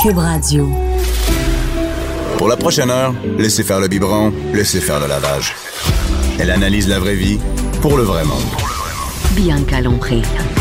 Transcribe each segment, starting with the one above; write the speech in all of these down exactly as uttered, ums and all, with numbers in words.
Cube Radio. Pour la prochaine heure, laissez faire le biberon, laissez faire le lavage. Elle analyse la vraie vie pour le vrai monde. Bianca Lompré.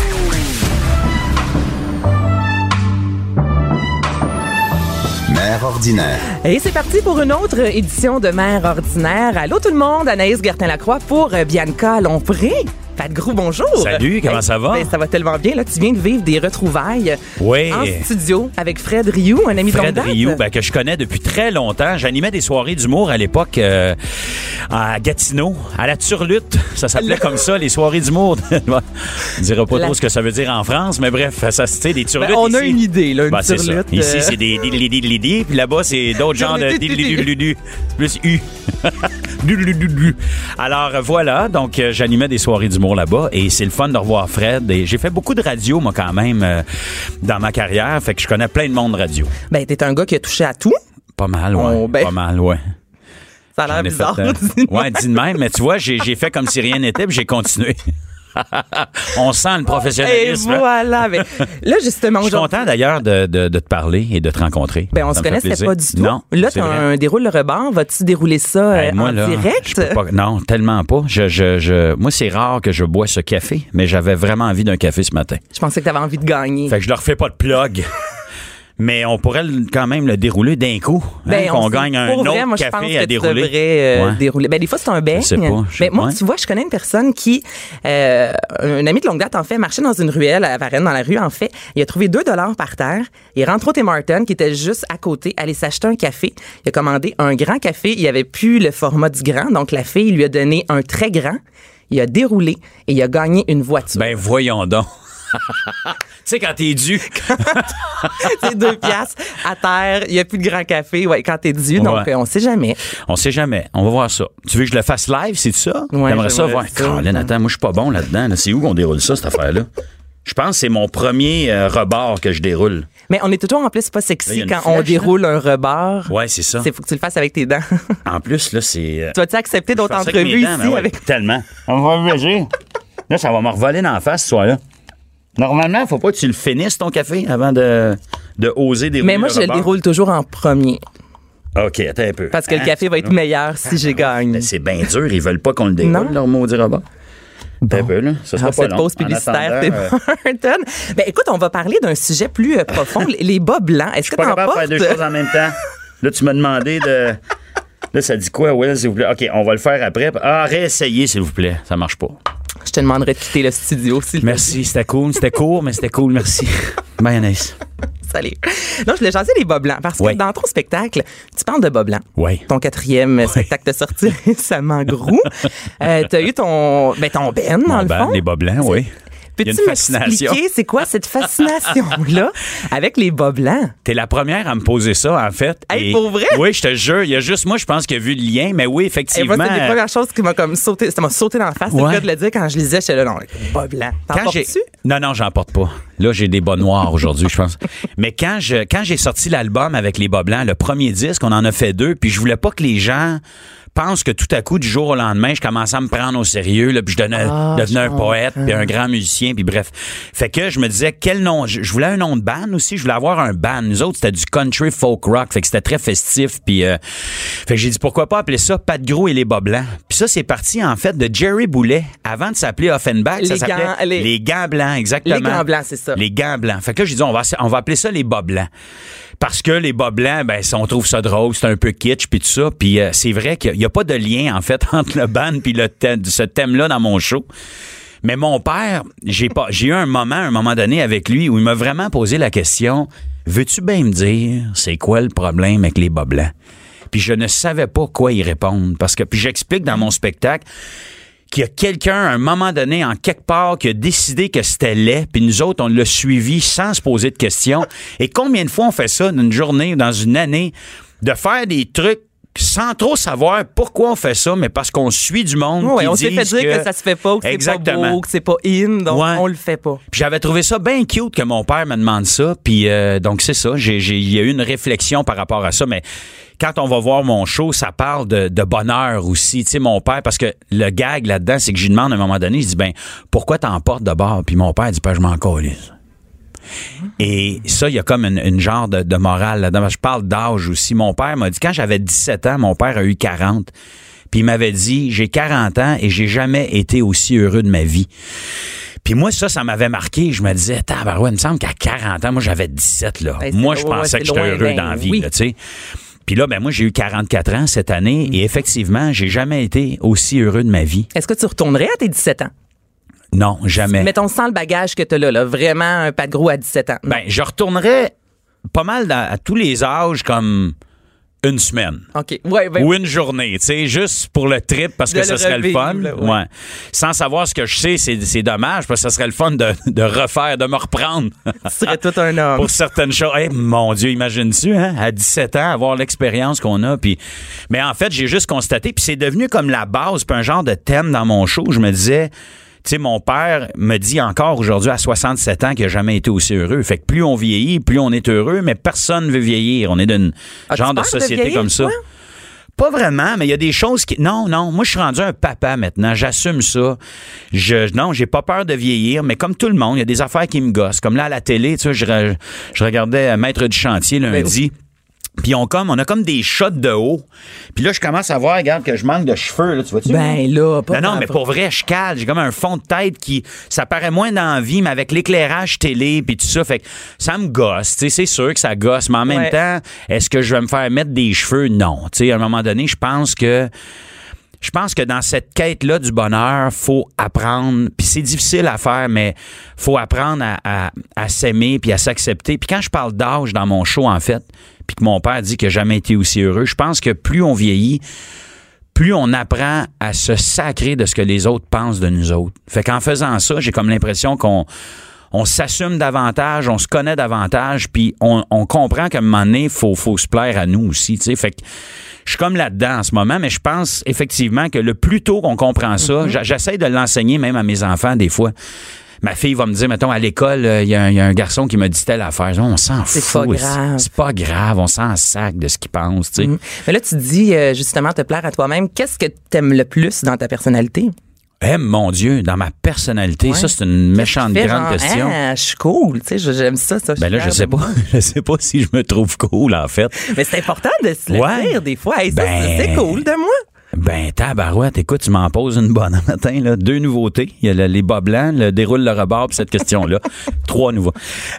Mère ordinaire. Et c'est parti pour une autre édition de Mère ordinaire. Allô tout le monde, Anaïs Gertin-Lacroix pour Bianca Lompré. Pat Grou, bonjour. Salut, comment hey, ça va? Ben, ça va tellement bien. Là, tu viens de vivre des retrouvailles oui. en studio avec Fred Rioux, un ami de longue date. Fred Rioux, ben, que je connais depuis très longtemps. J'animais des soirées d'humour à l'époque euh, à Gatineau, à la Turlute. Ça s'appelait Le... comme ça, les soirées d'humour. On ne dira pas la... trop ce que ça veut dire en France, mais bref, ça c'est des Turlutes. Ben, on ici. a une idée, là, une ben, c'est Turlute. Ça. Ici, c'est des dilidilididi, puis là-bas, c'est d'autres genres de dilidilididi. C'est plus U. Alors voilà, donc euh, j'animais des soirées d'humour là-bas et c'est le fun de revoir Fred. Et j'ai fait beaucoup de radio, moi, quand même, euh, dans ma carrière. Fait que je connais plein de monde radio. Ben, t'es un gars qui a touché à tout. Pas mal, ouais. Oh, ben... Pas mal, ouais. Ça a l'air bizarre. Fait, euh... ouais, dis de même, mais tu vois, j'ai, j'ai fait comme si rien n'était puis j'ai continué. On sent le professionnalisme. Et voilà. Mais là, justement, je suis content d'ailleurs de, de, de te parler et de te rencontrer. Ben, on ça se connaissait pas du tout. Non. Là, tu as un déroule le rebord. Vas-tu dérouler ça hey, moi, en là, direct? Je peux pas, non, tellement pas. Je, je, je, moi, c'est rare que je bois ce café, mais j'avais vraiment envie d'un café ce matin. Je pensais que tu avais envie de gagner. Fait que je leur fais pas de plug. Mais on pourrait quand même le dérouler d'un coup. Ben, hein, qu'on gagne un autre vrai, moi, café je pense à que dérouler. Tu devrais, euh, ouais. dérouler. Ben, des fois, c'est un beigne. Je sais pas. Je ben, moi, ouais. tu vois, je connais une personne qui, euh, un ami de longue date, en fait, marchait dans une ruelle à Varennes, dans la rue, en fait. Il a trouvé deux dollars par terre. Il rentre au Tim Hortons, qui était juste à côté, aller s'acheter un café. Il a commandé un grand café. Il n'y avait plus le format du grand. Donc, la fille lui a donné un très grand. Il a déroulé et il a gagné une voiture. Ben, voyons donc. Tu sais, quand t'es dû. C'est deux piastres à terre. Il n'y a plus de grand café. Ouais, quand t'es dû. Donc, ouais. on sait jamais. On sait jamais. On va voir ça. Tu veux que je le fasse live, c'est ça? Ouais, j'aimerais ça voir. Caroline, attends, moi, je suis pas bon là-dedans. Là. C'est où qu'on déroule ça, cette affaire-là? Je pense que c'est mon premier euh, rebord que je déroule. Mais on est toujours en plus pas sexy là, quand flèche, on déroule là. un rebord. Ouais, c'est ça. Il faut que tu le fasses avec tes dents. En plus, là, c'est... Euh, tu vas-tu accepter d'autres entrevues dents, ici? Ouais, avec... Tellement. On va me Là, ça va me revoler dans la face, ce soir-là. Normalement, il ne faut pas que tu le finisses, ton café, avant de, de oser dérouler. Mais moi, le je le déroule toujours en premier. OK, attends un peu. Parce que hein? le café va être meilleur si j'ai gagné. C'est bien dur. Ils veulent pas qu'on le déroule, non. Leur maudit rebord. Bon. Un peu, là. Ça sera Alors, pas cette long. pause publicitaire, Tim euh... Hortons. Ben, écoute, on va parler d'un sujet plus euh, profond, les bas blancs. Est-ce que tu es t'en capable portes? de faire deux choses en même temps? Là, tu m'as demandé de... Là, ça dit quoi, Will, s'il vous plaît? OK, on va le faire après. Ah, réessayez, s'il vous plaît. Ça marche pas. Je te demanderai de quitter le studio, s'il te plaît. Merci, c'était cool. C'était court, mais c'était cool. Merci. Bye, Anaïs. Salut. Non, je voulais jaser les bas blancs parce que oui. dans ton spectacle, tu parles de bas blancs. Oui. Ton quatrième oui. spectacle de sortie récemment, Grou. euh, tu as eu ton, ben, ton Ben, dans Mon le ben, fond. Les bas blancs, oui. Peux-tu m'expliquer c'est quoi cette fascination-là avec les bas blancs? T'es la première à me poser ça, en fait. Hey, et pour vrai? Oui, je te jure. Il y a juste moi, je pense, qui a vu le lien, mais oui, effectivement. Et moi, c'est les premières choses qui m'a comme sauté, ça m'a sauté dans la face. Ouais. C'est le cas de le dire quand je lisais, j'étais là, non, les bas blancs. T'en portes-tu? Non, non, j'en porte pas. Là, j'ai des bas noirs aujourd'hui, je pense. Mais quand je, quand j'ai sorti l'album avec les bas blancs, le premier disque, on en a fait deux, puis je voulais pas que les gens pense que tout à coup, du jour au lendemain, je commençais à me prendre au sérieux, là, puis je devenais, ah, devenais un poète, puis un grand musicien, puis bref. Fait que je me disais, quel nom... Je, je voulais un nom de band aussi, je voulais avoir un band. Nous autres, c'était du country folk rock, fait que c'était très festif, puis... Euh, fait que j'ai dit, pourquoi pas appeler ça Pat Grou et les bas blancs. Puis ça, c'est parti, en fait, de Jerry Boulet. Avant de s'appeler Offenbach, les ça s'appelait gants, les... les gants blancs, exactement. Les gants blancs, c'est ça. Les gants blancs. Fait que là, j'ai dit, on va, on va appeler ça les bas blancs. Parce que les bas blancs, ben, on trouve ça drôle, c'est un peu kitsch, puis tout ça. Puis euh, c'est vrai qu'il n'y a pas de lien, en fait, entre le band puis le thème, ce thème-là dans mon show. Mais mon père, j'ai pas, j'ai eu un moment, un moment donné avec lui où il m'a vraiment posé la question, veux-tu bien me dire c'est quoi le problème avec les bas blancs? Puis je ne savais pas quoi y répondre. Parce que, puis j'explique dans mon spectacle qu'il y a quelqu'un, à un moment donné, en quelque part, qui a décidé que c'était laid, puis nous autres, on l'a suivi sans se poser de questions. Et combien de fois on fait ça d'une journée, dans une année, de faire des trucs sans trop savoir pourquoi on fait ça, mais parce qu'on suit du monde oui, qui on disent s'est fait dire que, que ça se fait pas, que c'est pas beau, que c'est pas in, donc ouais. on le fait pas. Puis j'avais trouvé ça bien cute que mon père me demande ça, puis euh, donc c'est ça, j'ai, j'ai, il y a eu une réflexion par rapport à ça, mais quand on va voir mon show, ça parle de, de bonheur aussi, tu sais, mon père, parce que le gag là-dedans, c'est que je lui demande à un moment donné, je dis, ben, pourquoi t'en portes de bord? Puis mon père dit, ben, je m'en calisse. Et ça, il y a comme une, une genre de, de morale là-dedans. Je parle d'âge aussi. Mon père m'a dit, quand j'avais dix-sept ans, mon père a eu quarante. Puis il m'avait dit, j'ai quarante ans et j'ai jamais été aussi heureux de ma vie. Puis moi, ça, ça m'avait marqué. Je me disais, tabarouette, il me semble qu'à quarante ans, moi, j'avais dix-sept, là. Ben, moi, je ouais, pensais ouais, que j'étais loin, heureux ben, dans la vie, oui. là, tu sais. Puis là, ben moi, j'ai eu quarante-quatre ans cette année et effectivement, j'ai jamais été aussi heureux de ma vie. Est-ce que tu retournerais à tes dix-sept ans? Non, jamais. Mettons sans le bagage que tu as là, là, vraiment un pas de gros à dix-sept ans. Non. Ben, je retournerais pas mal dans- à tous les âges comme une semaine. OK. Ouais, ben, Ou une journée, tu sais, juste pour le trip parce De que ça le serait le revivre, fun. là, ouais. Ouais. Sans savoir ce que je sais, c'est, c'est dommage parce que ça serait le fun de, de refaire, de me reprendre. tu serais tout un homme. Pour certaines choses. Hey, mon Dieu, imagine-tu, hein, à dix-sept ans, avoir l'expérience qu'on a. Puis, mais en fait, j'ai juste constaté, puis c'est devenu comme la base, puis un genre de thème dans mon show. Je me disais, tu sais, mon père me dit encore aujourd'hui à soixante-sept ans qu'il n'a jamais été aussi heureux. Fait que plus on vieillit, plus on est heureux, mais personne ne veut vieillir. On est d'un As-tu genre de peur de société vieillir, comme ça. toi? Pas vraiment, mais il y a des choses qui... Non, non, moi, je suis rendu un papa maintenant. J'assume ça. Je, non, j'ai pas peur de vieillir, mais comme tout le monde, il y a des affaires qui me gossent. Comme là, à la télé, tu sais, je, re- je regardais Maître du chantier lundi. Puis on, comme, on a comme des shots de haut. Puis là, je commence à voir, regarde, que je manque de cheveux. Là, tu vois-tu? Ben là, pas Non, non, tant- mais pour vrai, je cale. J'ai comme un fond de tête qui... Ça paraît moins dans la vie, mais avec l'éclairage télé puis tout ça, fait que ça me gosse. Tu sais, c'est sûr que ça gosse. Mais en même Ouais. temps, est-ce que je vais me faire mettre des cheveux? Non. Tu sais, à un moment donné, je pense que... Je pense que dans cette quête-là du bonheur, faut apprendre, puis c'est difficile à faire, mais faut apprendre à, à, à s'aimer puis à s'accepter. Puis quand je parle d'âge dans mon show, en fait, puis que mon père dit qu'il n'a jamais été aussi heureux, je pense que plus on vieillit, plus on apprend à se sacrer de ce que les autres pensent de nous autres. Fait qu'en faisant ça, j'ai comme l'impression qu'on on s'assume davantage, on se connaît davantage, puis on, on comprend qu'à un moment donné, il faut, faut se plaire à nous aussi. T'sais. Fait que je suis comme là-dedans en ce moment, mais je pense effectivement que le plus tôt qu'on comprend ça, mm-hmm. j'essaie de l'enseigner même à mes enfants des fois. Ma fille va me dire, mettons, à l'école, il euh, y, y a un garçon qui m'a dit telle affaire. On s'en fout. C'est pas grave. C'est pas grave. On s'en sac de ce qu'il pense. Tu sais. Mm. Mais là, tu dis euh, justement te plaire à toi-même. Qu'est-ce que t'aimes le plus dans ta personnalité? Eh, mon Dieu, dans ma personnalité, Ouais. ça, c'est une méchante Qu'est-ce qui fait grande genre, question. Ah, je suis cool. Tu sais, j'aime ça. ça Ben là, je suis sais fière de pas. moi. Je sais pas si je me trouve cool, en fait. Mais c'est important de se le Ouais. dire des fois. Hey, ça, Ben- c'est cool de moi. Ben, tabarouette, écoute, tu m'en poses une bonne un matin, là. Deux nouveautés. Il y a le- les bas blancs, le déroule le rebord, puis cette question-là. Trois nouveaux.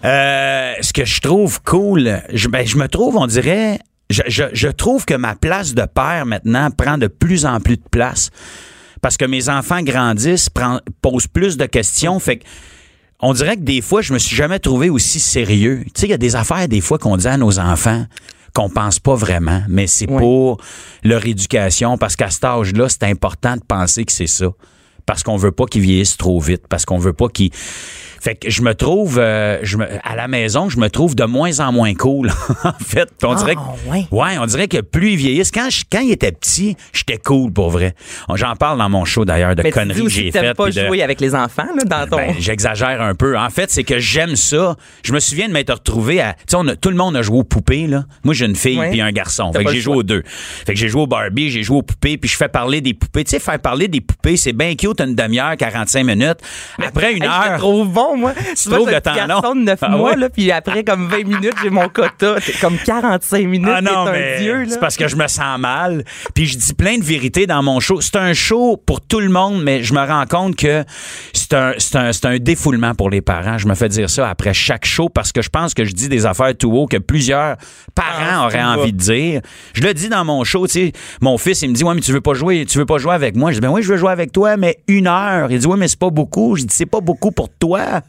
Euh, ce que je trouve cool, je, ben, je me trouve, on dirait, je, je, je trouve que ma place de père, maintenant, prend de plus en plus de place. Parce que mes enfants grandissent, prend, posent plus de questions. Fait que, on dirait que des fois, je me suis jamais trouvé aussi sérieux. Tu sais, il y a des affaires, des fois, qu'on dit à nos enfants qu'on pense pas vraiment, mais c'est Oui. pour leur éducation, parce qu'à cet âge-là, c'est important de penser que c'est ça. Parce qu'on veut pas qu'ils vieillissent trop vite, parce qu'on veut pas qu'ils... Fait que je me trouve, euh, je me, à la maison, je me trouve de moins en moins cool, en fait. Puis on dirait que, Ah, ouais. ouais, on dirait que plus ils vieillissent, quand, je, quand ils étaient petits, j'étais cool pour vrai. J'en parle dans mon show d'ailleurs de Mais tu conneries dis que aussi j'ai que t'aimes faites. pas puis de- jouer avec les enfants là, dans ton... ben, j'exagère un peu. En fait, c'est que j'aime ça. Je me souviens de m'être retrouvé à... Tu sais, on a- tout le monde a joué aux poupées, là. Moi, j'ai une fille Ouais. puis un garçon. T'as Fait pas que le j'ai joué choix. aux deux. Fait que j'ai joué au Barbie, j'ai joué aux poupées, puis je fais parler des poupées. Tu sais, faire parler des poupées, c'est bien cute une demi-heure, quarante-cinq minutes. Après une Hey, je te heure... trouve bon, moi. Tu vois, trouves j'ai le un petit temps garçon long? de neuf Ah mois, ouais? là, puis après, comme vingt minutes, j'ai mon quota. T'es comme quarante-cinq minutes, Ah non, t'es un mais dieu, là. c'est parce que je me sens mal. Puis je dis plein de vérités dans mon show. C'est un show pour tout le monde, mais je me rends compte que c'est un, c'est un, c'est un défoulement pour les parents. Je me fais dire ça après chaque show parce que je pense que je dis des affaires tout haut que plusieurs parents Ah, auraient c'est envie de dire. Je le dis dans mon show, tu sais. Mon fils, il me dit, ouais, mais tu veux pas jouer, tu veux pas jouer avec moi? Je dis, ben oui, je veux jouer avec toi, mais une heure. Il dit, ouais, mais c'est pas beaucoup. Je dis, c'est pas beaucoup pour toi.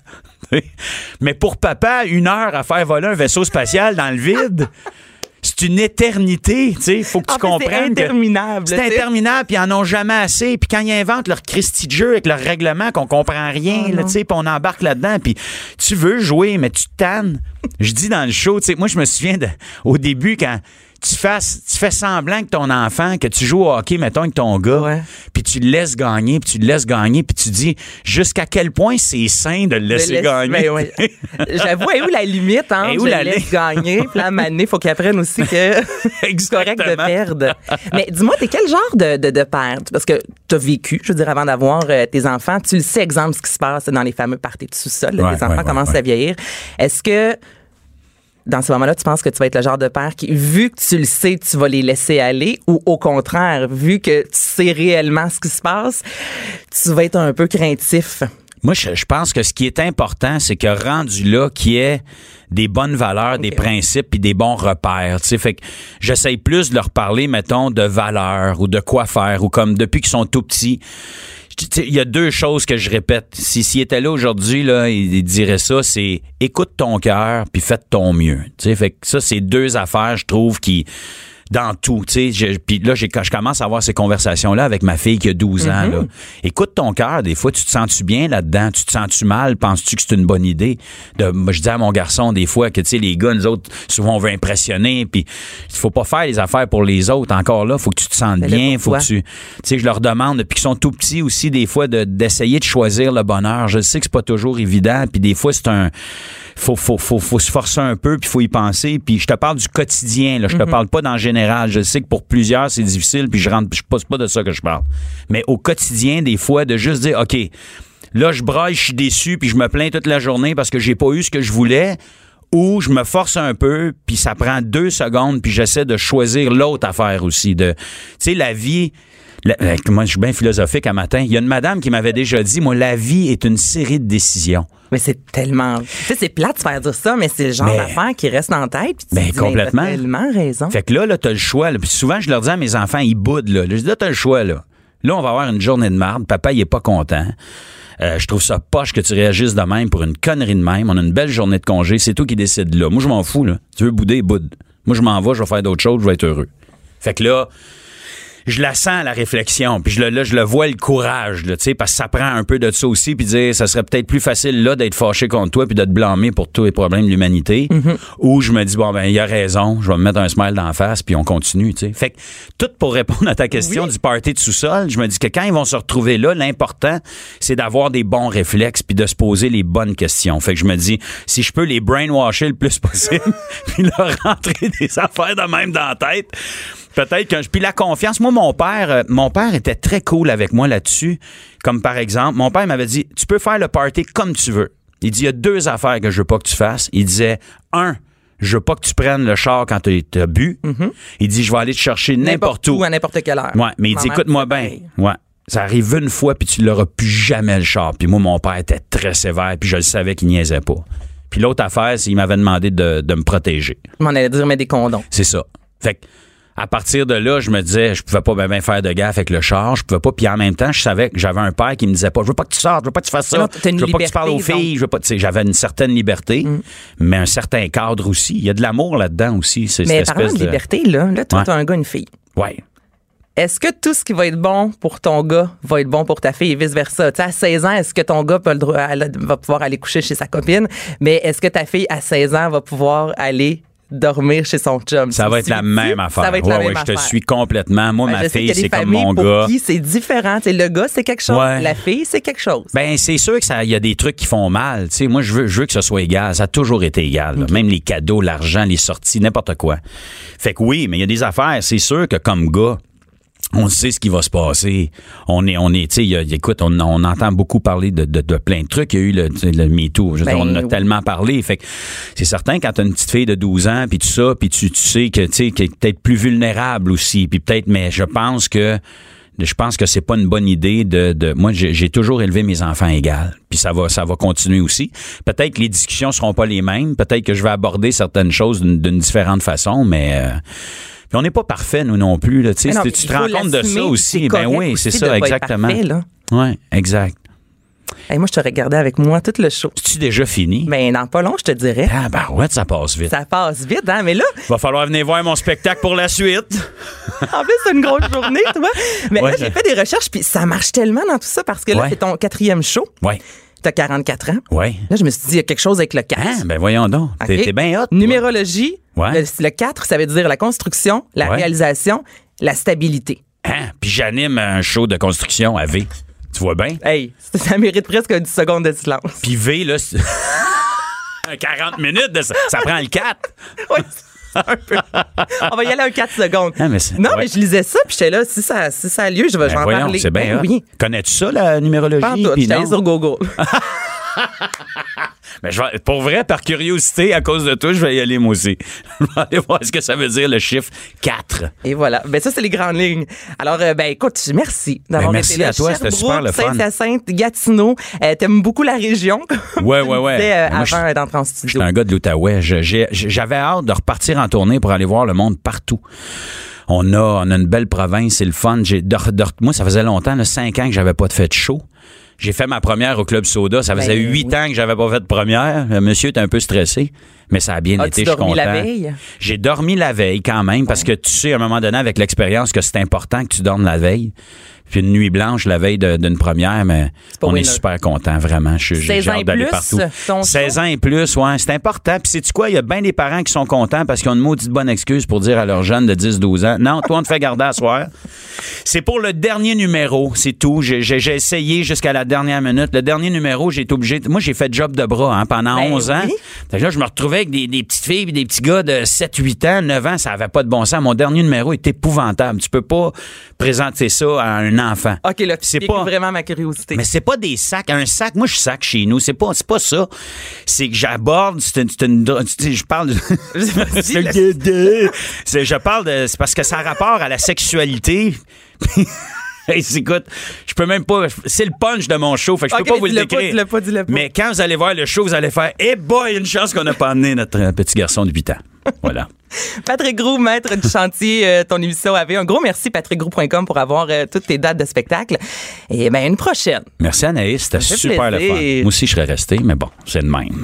Mais pour papa, une heure à faire voler un vaisseau spatial dans le vide, c'est une éternité, tu sais. Faut que tu En fait, comprennes. c'est que interminable. C'est tu sais. interminable, puis ils en ont jamais assez. Puis quand ils inventent leur Christy de jeu avec leur règlement qu'on comprend rien, Oh là, non. tu sais, puis on embarque là-dedans, puis tu veux jouer, mais tu te tannes. Je dis dans le show, tu sais, moi je me souviens de, au début quand tu fasses, tu fais semblant que ton enfant, que tu joues au hockey, mettons, avec ton gars, Ouais. puis tu le laisses gagner, puis tu le laisses gagner, puis tu dis jusqu'à quel point c'est sain de le laisser laisse- gagner. Ben ouais. J'avoue, elle est où la limite, hein? Elle est Je où le la laisse ligne? gagner, puis là, à un moment donné, il faut qu'ils apprennent aussi que c'est correct de Exactement. perdre. Mais dis-moi, t'es quel genre de, de, de père? Parce que t'as vécu, je veux dire, avant d'avoir euh, tes enfants, tu le sais, exemple, ce qui se passe dans les fameux parties de sous-sol, là, Ouais, tes enfants ouais, commencent ouais, à vieillir. Est-ce que dans ce moment-là, tu penses que tu vas être le genre de père qui, vu que tu le sais, tu vas les laisser aller, ou au contraire, vu que tu sais réellement ce qui se passe, tu vas être un peu craintif? Moi, je, je pense que ce qui est important, c'est que rendu là, qu'il y ait des bonnes valeurs, des principes puis des bons repères. Tu sais, fait que j'essaye plus de leur parler, mettons, de valeurs ou de quoi faire ou comme depuis qu'ils sont tout petits. Il y a deux choses que je répète. Si s'il était là aujourd'hui, là, il, il dirait ça, c'est écoute ton cœur puis fais de ton mieux. Tu sais, fait que ça, c'est deux affaires, je trouve, qui dans tout, tu sais, puis là j'ai, je commence à avoir ces conversations-là avec ma fille qui a douze ans, Mm-hmm. là. Écoute ton cœur, des fois, tu te sens-tu bien là-dedans? Tu te sens-tu mal? Penses-tu que c'est une bonne idée? De, moi, je dis à mon garçon, des fois, que, tu sais, les gars, nous autres, souvent, on veut impressionner, puis il faut pas faire les affaires pour les autres. Encore là, faut que tu te sentes Mais là, bien, faut pourquoi? que tu, tu sais, je leur demande, depuis qu'ils sont tout petits aussi, des fois, de, d'essayer de choisir le bonheur. Je sais que c'est pas toujours évident, puis des fois, c'est un, faut, faut, faut, faut se forcer un peu, puis faut y penser, puis je te parle du quotidien, là. Je te Mm-hmm. parle pas dans le général. Je sais que pour plusieurs, c'est difficile, puis je rentre, je passe pas de ça que je parle. Mais au quotidien, des fois, de juste dire, OK, là, je braille, je suis déçu, puis je me plains toute la journée parce que j'ai pas eu ce que je voulais, ou je me force un peu, puis ça prend deux secondes, puis j'essaie de choisir l'autre affaire aussi. De, tu sais, la vie... La, la- moi, je suis bien philosophique un matin. Il y a une madame qui m'avait déjà dit, moi, la vie est une série de décisions. Mais c'est tellement... Tu sais, c'est plate de faire dire ça, mais c'est le genre Mais- d'affaire qui reste en tête. Puis tu Ben, te dis, complètement. t'as tellement raison. Fait que là, là, t'as le choix. Là. Puis souvent, je leur dis à mes enfants, ils boudent, là. Je dis, là, t'as le choix, là. Là, on va avoir une journée de marde. Papa, il est pas content. Euh, je trouve ça poche que tu réagisses de même pour une connerie de même. On a une belle journée de congé. C'est toi qui décides là. Moi, je m'en fous, là. Tu veux bouder, boude. Moi, je m'en vais, je vais faire d'autres choses, je vais être heureux. Fait que là, je la sens, la réflexion, puis je le, là, je le vois, le courage, là, tu sais, parce que ça prend un peu de ça aussi, puis dire, ça serait peut-être plus facile, là, d'être fâché contre toi, puis de te blâmer pour tous les problèmes de l'humanité, ou je me dis, bon, ben, il a raison, je vais me mettre un smile d'en face, puis on continue, tu sais. Fait que, tout pour répondre à ta question Oui. du party de sous-sol, je me dis que quand ils vont se retrouver là, l'important, c'est d'avoir des bons réflexes, puis de se poser les bonnes questions. Fait que je me dis, si je peux les brainwasher le plus possible, puis leur rentrer des affaires de même dans la tête, peut-être que je... Puis la confiance, moi, mon père, euh, mon père était très cool avec moi là-dessus. Comme par exemple, mon père m'avait dit, tu peux faire le party comme tu veux. Il dit, il y a deux affaires que je veux pas que tu fasses. Il disait, un, je veux pas que tu prennes le char quand tu as bu. Il dit, je vais aller te chercher n'importe, où. à n'importe quelle heure. Ouais, mais il dit, Maman, écoute-moi c'est bien. pareil. Ouais. Ça arrive une fois, puis tu l'auras plus jamais le char. Puis moi, mon père était très sévère, puis je le savais qu'il niaisait pas. Puis l'autre affaire, c'est qu'il m'avait demandé de, de me protéger. Je m'en allais dire, mais des condoms. C'est ça. Fait que, à partir de là, je me disais, je pouvais pas bien ben faire de gaffe avec le char, je pouvais pas, puis en même temps, je savais que j'avais un père qui me disait pas, je veux pas que tu sortes, je veux pas que tu fasses ça, Non, t'as une je veux pas que tu liberté, parles aux filles, donc. je veux pas, tu sais, j'avais une certaine liberté, mais un certain cadre aussi. Il y a de l'amour là-dedans aussi, c'est Mais cette parlant espèce de liberté, là, là toi, Ouais. t'as un gars, une fille. Ouais. Est-ce que tout ce qui va être bon pour ton gars va être bon pour ta fille et vice-versa? Tu sais, à seize ans, est-ce que ton gars peut le droit, elle va pouvoir aller coucher chez sa copine? Mais est-ce que ta fille, à seize ans, va pouvoir aller dormir chez son chum? Ça va être la même affaire. Ça va être ouais, la ouais, même je affaire. te suis complètement. Moi, Ben, ma je sais fille, qu'il y a c'est des comme familles mon pour gars. qui c'est différent. Tu sais, le gars, c'est quelque chose. Ouais. La fille, c'est quelque chose. Ben, c'est sûr que ça, il y a des trucs qui font mal. Tu sais, moi, je veux, je veux que ce soit égal. Ça a toujours été égal. là. Même les cadeaux, l'argent, les sorties, n'importe quoi. Fait que oui, mais il y a des affaires. C'est sûr que comme gars, on sait ce qui va se passer. On est, on est, tu sais, il y a- écoute, on, on entend beaucoup parler de, de, de plein de trucs. Il y a eu le, tu sais, le MeToo. Je veux dire, Ben, on en a oui. tellement parlé. Fait que c'est certain quand t'as une petite fille de douze ans puis tout ça, puis tu, tu sais que, tu sais, qu'elle est peut-être plus vulnérable aussi, puis peut-être, mais je pense que je pense que c'est pas une bonne idée de, de moi j'ai, j'ai toujours élevé mes enfants égales, puis ça va ça va continuer aussi. Peut-être que les discussions seront pas les mêmes, peut-être que je vais aborder certaines choses d'une, d'une différente façon, mais euh, puis on n'est pas parfait nous non plus là, tu sais, Mais non, tu mais te il faut rends compte de l'assumer, ça puis aussi. c'est Ben correct oui, c'est aussi ça de pas être exactement. parfait, là. Ouais, exact. Hey, moi, je te regardais avec moi tout le show. C'est-tu déjà fini? Ben, dans pas long, je te dirais. Ah ben ouais, ça passe vite. Ça passe vite, hein? Mais là, Va falloir venir voir mon spectacle pour la suite. en plus, c'est une grosse journée, tu vois. Mais Ouais, là, j'ai je- fait des recherches, puis ça marche tellement dans tout ça parce que là, Ouais. c'est ton quatrième show. Ouais. T'as quarante-quatre ans. Oui. Là, je me suis dit, il y a quelque chose avec le quatre. Hein? Ben voyons donc. OK. T'es, t'es bien hot. toi. Numérologie. Ouais. Le, le quatre, ça veut dire la construction, la Ouais. réalisation, la stabilité. Hein? Puis j'anime un show de construction à V. Tu vois bien? Hey, ça, ça mérite presque dix secondes de silence. Puis V, là, c'est... quarante minutes, de ça, ça prend le quatre. Oui, c'est un peu. On va y aller à quatre secondes. Ah, mais c'est- non, ouais. mais je lisais ça, puis j'étais là, si ça, si ça a lieu, je vais, je vais Ben en voyons, parler. c'est bien Ben hot. oui. Connais-tu ça, la numérologie? Pas en tout, Puis j'étais non? allée sur Google. Mais je vais- pour vrai, par curiosité, à cause de toi, je vais y aller moi aussi. Je vais aller voir ce que ça veut dire, le chiffre quatre. Et voilà. Ben ça, c'est les grandes lignes. Alors, euh, ben écoute, merci d'avoir Ben, été merci là. à toi, c'était super le fun. Saint-Hyacinthe, Gatineau. Euh, T'aimes beaucoup la région. comme Ouais, tu ouais, me ouais. disais, euh, Moi, je- avant d'entrer en studio. J'étais un gars de l'Outaouais. Je- j'ai- J'avais hâte de repartir en tournée pour aller voir le monde partout. On a, on a une belle province, c'est le fun. J'ai, de- de- moi, ça faisait longtemps, là, cinq ans que j'avais pas de fait de show. J'ai fait ma première au Club Soda. Ça faisait Ben, huit oui. ans que j'avais pas fait de première. Le monsieur était un peu stressé, mais ça a bien As-tu été. Je suis dormi content. la veille? J'ai dormi la veille quand même, parce que tu sais, à un moment donné, avec l'expérience, que c'est important que tu dormes la veille. Puis une nuit blanche la veille de- d'une première, mais pas on est winner. super content, vraiment. Je suis j'ai seize ans hâte et d'aller plus, partout. ton seize show? ans et plus, ouais, c'est important. Puis sais-tu quoi? Il y a bien des parents qui sont contents parce qu'ils ont une maudite bonne excuse pour dire à leurs jeunes de dix douze ans, non, toi, on te fait garder à soir. C'est pour le dernier numéro, c'est tout. J'ai, j'ai, j'ai essayé jusqu'à la dernière minute. Le dernier numéro, j'ai été obligé. Moi, j'ai fait job de bras hein, pendant Ben onze ans. oui. Fait que là, je me retrouvais avec des, des petites filles et des petits gars de sept huit ans, neuf ans. Ça avait pas de bon sens. Mon dernier numéro est épouvantable. Tu peux pas présenter ça à un enfant. OK, là, C'est c'est pas- vraiment ma curiosité. Mais c'est pas des sacs. Un sac, moi, je sac chez nous. C'est pas, c'est pas ça. C'est que j'aborde. C'est une, c'est une- tu sais, je parle. de- c'est le- c'est- je parle de. C'est parce que ça a rapport à la sexualité. Hey, écoute, je peux même pas. C'est le punch de mon show. Fait que je OK, peux pas vous le dis-le pas, décrire. dis-le pas, dis-le pas. Mais quand vous allez voir le show, vous allez faire, eh boy, une chance qu'on n'a pas amené notre euh, petit garçon de huit ans. Voilà. Patrick Groux, maître du chantier, euh, ton émission avait un gros merci, patrick groux point com, pour avoir euh, toutes tes dates de spectacle. Et bien, une prochaine. Merci Anaïs, c'était Ça fait super le fun. plaisir. Moi aussi, je serais resté, mais bon, c'est le même.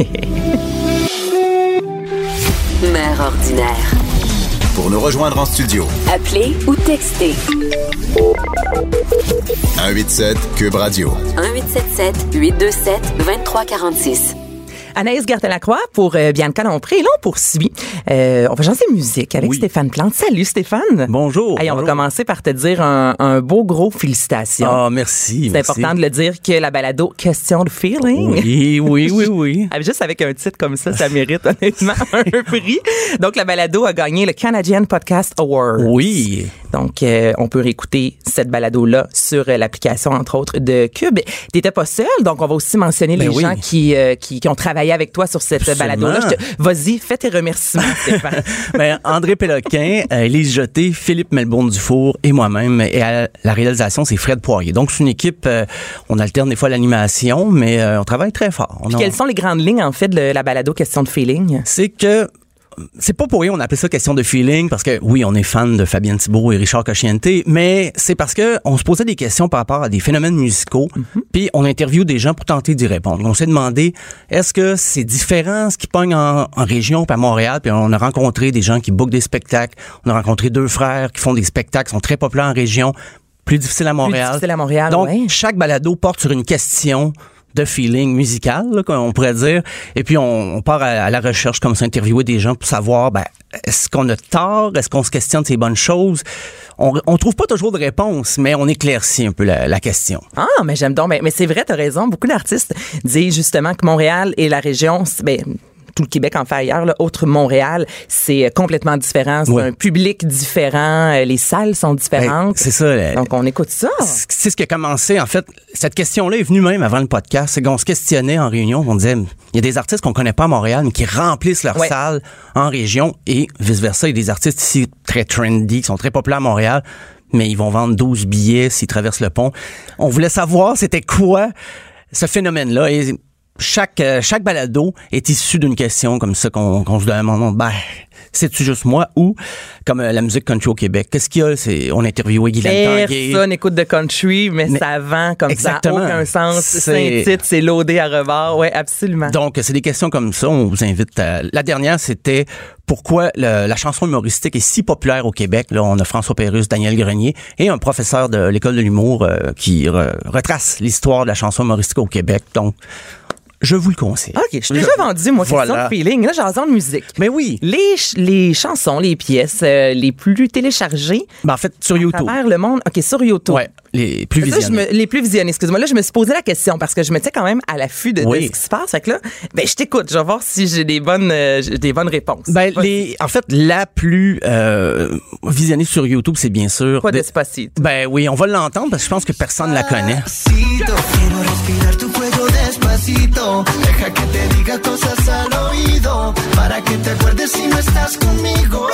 Mère ordinaire. Pour nous rejoindre en studio, Appelez ou textez. un huit sept Cube Radio. un huit sept sept huit deux sept deux trois quatre six. Anaïs Gertin-Lacroix pour euh, Bianca Lompré. Et là, on poursuit. Euh, on va chanter musique avec Oui. Stéphane Plante. Salut, Stéphane. Bonjour. Hey, on va bonjour. commencer par te dire un, un beau gros félicitations. Ah, merci. C'est merci. important de le dire que la balado Question de feeling. Oui, oui, oui, oui. Ah, juste avec un titre comme ça, ça mérite honnêtement un prix. Donc, la balado a gagné le Canadian Podcast Award. Oui. Donc, euh, on peut réécouter cette balado-là sur euh, l'application, entre autres, de Cube. T'étais pas seul, donc on va aussi mentionner Ben les oui. gens qui, euh, qui, qui ont travaillé avec toi sur cette Absolument. balado-là. Je te- Vas-y, fais tes remerciements, Stéphane. Ben, André Péloquin, euh, Élise Jeté, Philippe Melbourne-Dufour et moi-même. Et à la réalisation, c'est Fred Poirier. Donc, c'est une équipe, euh, on alterne des fois l'animation, mais euh, on travaille très fort. On Puis a- quelles sont les grandes lignes, en fait, de la balado Question de feeling? C'est que c'est pas pour rien on appelle ça question de feeling parce que oui, on est fan de Fabienne Thibault et Richard Cocciante, mais c'est parce que on se posait des questions par rapport à des phénomènes musicaux, puis on interviewe des gens pour tenter d'y répondre. On s'est demandé est-ce que c'est différent ce qui pogne en, en région puis à Montréal, puis on a rencontré des gens qui bookent des spectacles, on a rencontré deux frères qui font des spectacles qui sont très populaires en région, plus difficile à Montréal. difficile à Montréal, Donc ouais. chaque balado porte sur une question de feeling musical, là, on pourrait dire. Et puis, on, on part à, à la recherche, comme ça, interviewer des gens pour savoir, ben, est-ce qu'on a tort? Est-ce qu'on se questionne ces bonnes choses? On, on trouve pas toujours de réponse, mais on éclaircit un peu la, la question. Ah, mais j'aime donc. Mais, mais c'est vrai, t'as raison. Beaucoup d'artistes disent justement que Montréal et la région, c'est- ben, tout le Québec en fait ailleurs, là, autre Montréal, c'est complètement différent. C'est Oui. un public différent. euh, Les salles sont différentes. Ben, c'est ça. la- Donc, on écoute ça. C'est ce qui a commencé, en fait. Cette question-là est venue même avant le podcast. C'est qu'on se questionnait en réunion. On disait, il y a des artistes qu'on connaît pas à Montréal, mais qui remplissent leur Ouais. salle en région et vice-versa. Il y a des artistes ici très trendy, qui sont très populaires à Montréal, mais ils vont vendre douze billets s'ils traversent le pont. On voulait savoir c'était quoi ce phénomène-là. Et chaque euh, chaque balado est issu d'une question comme ça qu'on, qu'on se demande, ben, c'est-tu juste moi ou comme euh, la musique country au Québec? Qu'est-ce qu'il y a? C'est, on a interviewé Guylaine Tanguay. Personne n'écoute de country, mais, mais ça vend comme exactement. Ça n'a aucun sens. C'est, c'est un titre, c'est loadé à rebord. Oui, absolument. Donc, c'est des questions comme ça. On vous invite à... La dernière, c'était pourquoi le, la chanson humoristique est si populaire au Québec. Là, on a François Pérusse, Daniel Grenier et un professeur de l'École de l'humour euh, qui re, retrace l'histoire de la chanson humoristique au Québec. Donc, je vous le conseille. OK, je suis déjà vendu, moi, voilà. question de feeling. Là, j'ai besoin de musique. Mais oui. Les, ch- les chansons, les pièces euh, les plus téléchargées. Ben, en fait, sur YouTube. À travers le monde. OK, sur YouTube. Ouais, les plus Ça, visionnés. je me, les plus visionnés, excuse-moi. Là, je me suis posé la question parce que je me tiens quand même à l'affût de, oui. de ce qui se passe. Fait que là, ben, je t'écoute. Je vais voir si j'ai des bonnes, euh, j'ai des bonnes réponses. Ben, les, en fait, la plus euh, visionnée sur YouTube, c'est bien sûr... Pas de- Despacito. Ben oui, on va l'entendre parce que je pense que personne ne la connaît. Quiero respirar tu cuello despacito. Deja que te diga cosas al oído. Para que te acuerdes si no estás conmigo.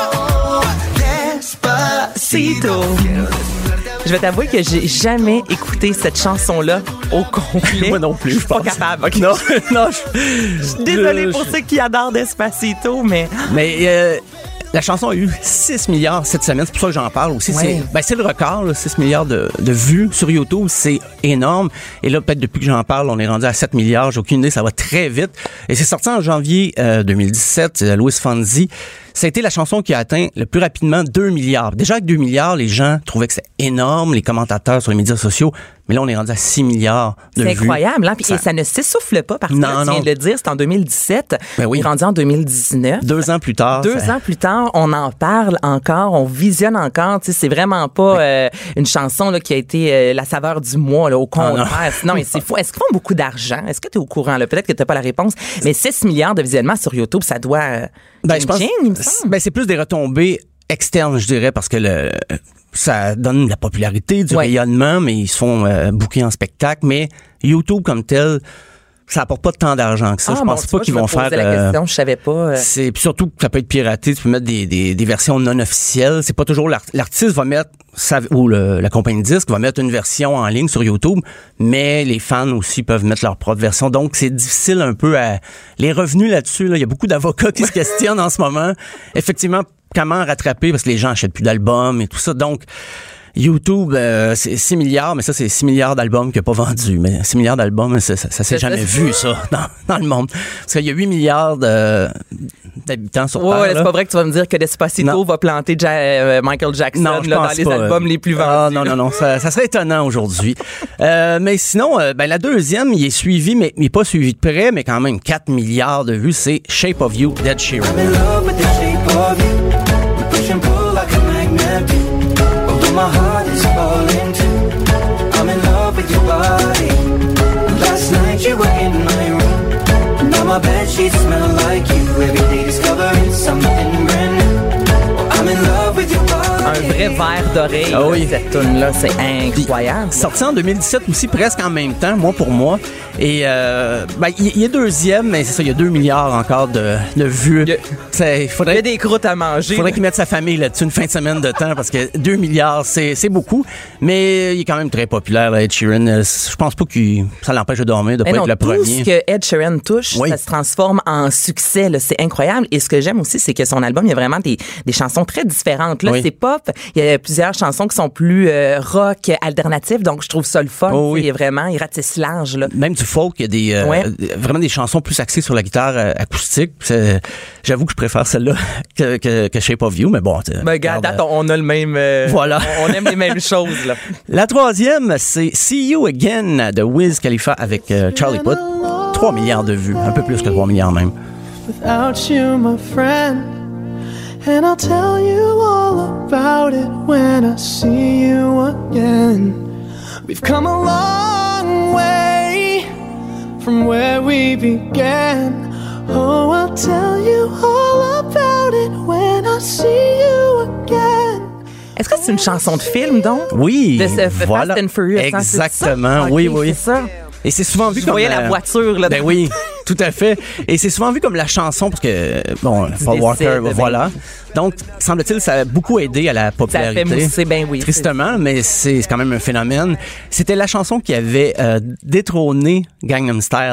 Despacito. Je vais t'avouer que j'ai jamais écouté cette chanson-là au complet. Moi non plus, Je suis je pas pense. capable. OK? Non, non, je, Je suis désolée je- pour ceux qui adorent Despacito, mais... Mais euh, la chanson a eu six milliards cette semaine, c'est pour ça que j'en parle aussi. Ouais. C'est, ben, c'est le record, là, six milliards de, de vues sur YouTube, c'est énorme. Et là, peut-être depuis que j'en parle, on est rendu à sept milliards, j'ai aucune idée, ça va très vite. Et c'est sorti en janvier euh, deux mille dix-sept, c'est Louis Fonzi. Ça a été la chanson qui a atteint le plus rapidement deux milliards. Déjà avec deux milliards, les gens trouvaient que c'était énorme, les commentateurs sur les médias sociaux. Mais là, on est rendu à six milliards de C'est vues. incroyable, hein? Puis, Ça- et ça ne s'essouffle pas parce que Non, là, tu non. viens de le dire, c'est en deux mille dix-sept. Ben oui. On est rendu en deux mille dix-neuf. Deux ans plus tard. Deux ça- ans plus tard, on en parle encore, on visionne encore. Tu sais, c'est vraiment pas euh, une chanson là, qui a été euh, la saveur du mois, là, au contraire. non, mais c'est fou. Est-ce qu'ils font beaucoup d'argent? Est-ce que tu es au courant? Là? Peut-être que tu n'as pas la réponse. Mais six milliards de visionnements sur YouTube, ça doit... Euh, Ben, je pense, ching, il me semble. ben, c'est plus des retombées externes, je dirais, parce que le, ça donne de la popularité, du Ouais. rayonnement, mais ils se font euh, booker en spectacle. Mais YouTube comme tel, ça apporte pas tant d'argent que ça. Ah, je bon, pense tu pas vois, qu'ils je me vont faire. posais la euh, question, je savais pas. euh. c'est puis surtout que ça peut être piraté. Tu peux mettre des, des, des versions non officielles. C'est pas toujours l'art- l'artiste va mettre sa, ou le, la compagnie de disque va mettre une version en ligne sur YouTube, mais les fans aussi peuvent mettre leur propre version. Donc c'est difficile un peu à les revenus là-dessus. Là, il y a beaucoup d'avocats qui se questionnent en ce moment. Effectivement, comment rattraper parce que les gens achètent plus d'albums et tout ça. Donc YouTube, euh, c'est six milliards, mais ça, c'est six milliards d'albums qu'il n'a pas vendus. Mais six milliards d'albums, ça, ça, ça s'est Ça, jamais ça, vu, ça, dans, dans le monde. Parce qu'il y a huit milliards de, d'habitants sur Ouais, Terre. ouais, là. c'est pas vrai que tu vas me dire que Despacito Non. va planter Ja- euh, Michael Jackson Non, je là, pense dans les pas. albums les plus vendus. Ah, non, non, non, ça, ça serait étonnant aujourd'hui. euh, mais sinon, euh, ben, la deuxième, il est suivi, mais il n'est pas suivi de près, mais quand même quatre milliards de vues, c'est Shape of You d'Ed Sheeran. I'm in love with the shape of you. We push and pull like a magnet do. Although my heart is falling too. I'm in love with your body. Last night you were in my room. Now my bed sheets smell like you. Every day discovering something brand new. I'm in love with your body. Un vrai verre d'oreille, Ah là, oui. cette tune-là, c'est incroyable. Sorti en deux mille dix-sept aussi, presque en même temps, mois pour mois. Et euh, ben, il, il est deuxième, mais c'est ça, il y a deux milliards encore de, de vues. Il y a- C'est- Il Il y faudrait, a des croûtes à manger. faudrait qu'il mette sa famille là-dessus une fin de semaine de temps parce que deux milliards, c'est, c'est beaucoup. Mais il est quand même très populaire, là, Ed Sheeran. Euh, Je pense pas que ça l'empêche de dormir, de Mais pas non, être le tout premier. ce que Ed Sheeran touche, Oui. ça se transforme en succès. Là. C'est incroyable. Et ce que j'aime aussi, c'est que son album, il y a vraiment des, des chansons très différentes. Là, Oui. c'est pop. Il y a plusieurs chansons qui sont plus euh, rock, alternatives. Donc, je trouve ça le fun. Oh oui. Il est vraiment, il ratisse large. Là. Même du folk, il y a des euh, Ouais. vraiment des chansons plus axées sur la guitare euh, acoustique. C'est- J'avoue que je préfère celle-là que, que, que Shape of You, mais bon. t'sais, Ben, regarde, regarde, on a le même. euh, Voilà. On aime les mêmes choses. Là. La troisième, c'est See You Again de Wiz Khalifa avec euh, Charlie Puth. trois milliards de vues, un peu plus que trois milliards même. Without you, my friend, and I'll tell you all about it when I see you again. We've come a long way from where we began. Oh, I'll tell you all about it when I see you again. Est-ce que c'est une chanson de film, donc? Oui, De ce Fast voilà. and Furious, hein, c'est ça? Exactement, Ok, oui, oui. c'est ça. Et c'est souvent vu Je comme voyais la euh, voiture, là. Ben dans- oui, tout à fait. Et c'est souvent vu comme la chanson parce que bon, Paul décède, Walker, ben voilà. Donc, semble-t-il, ça a beaucoup aidé à la Ça popularité. fait mousser, ben oui. Tristement, mais c'est c'est quand même un phénomène. C'était la chanson qui avait euh, détrôné Gangnam Style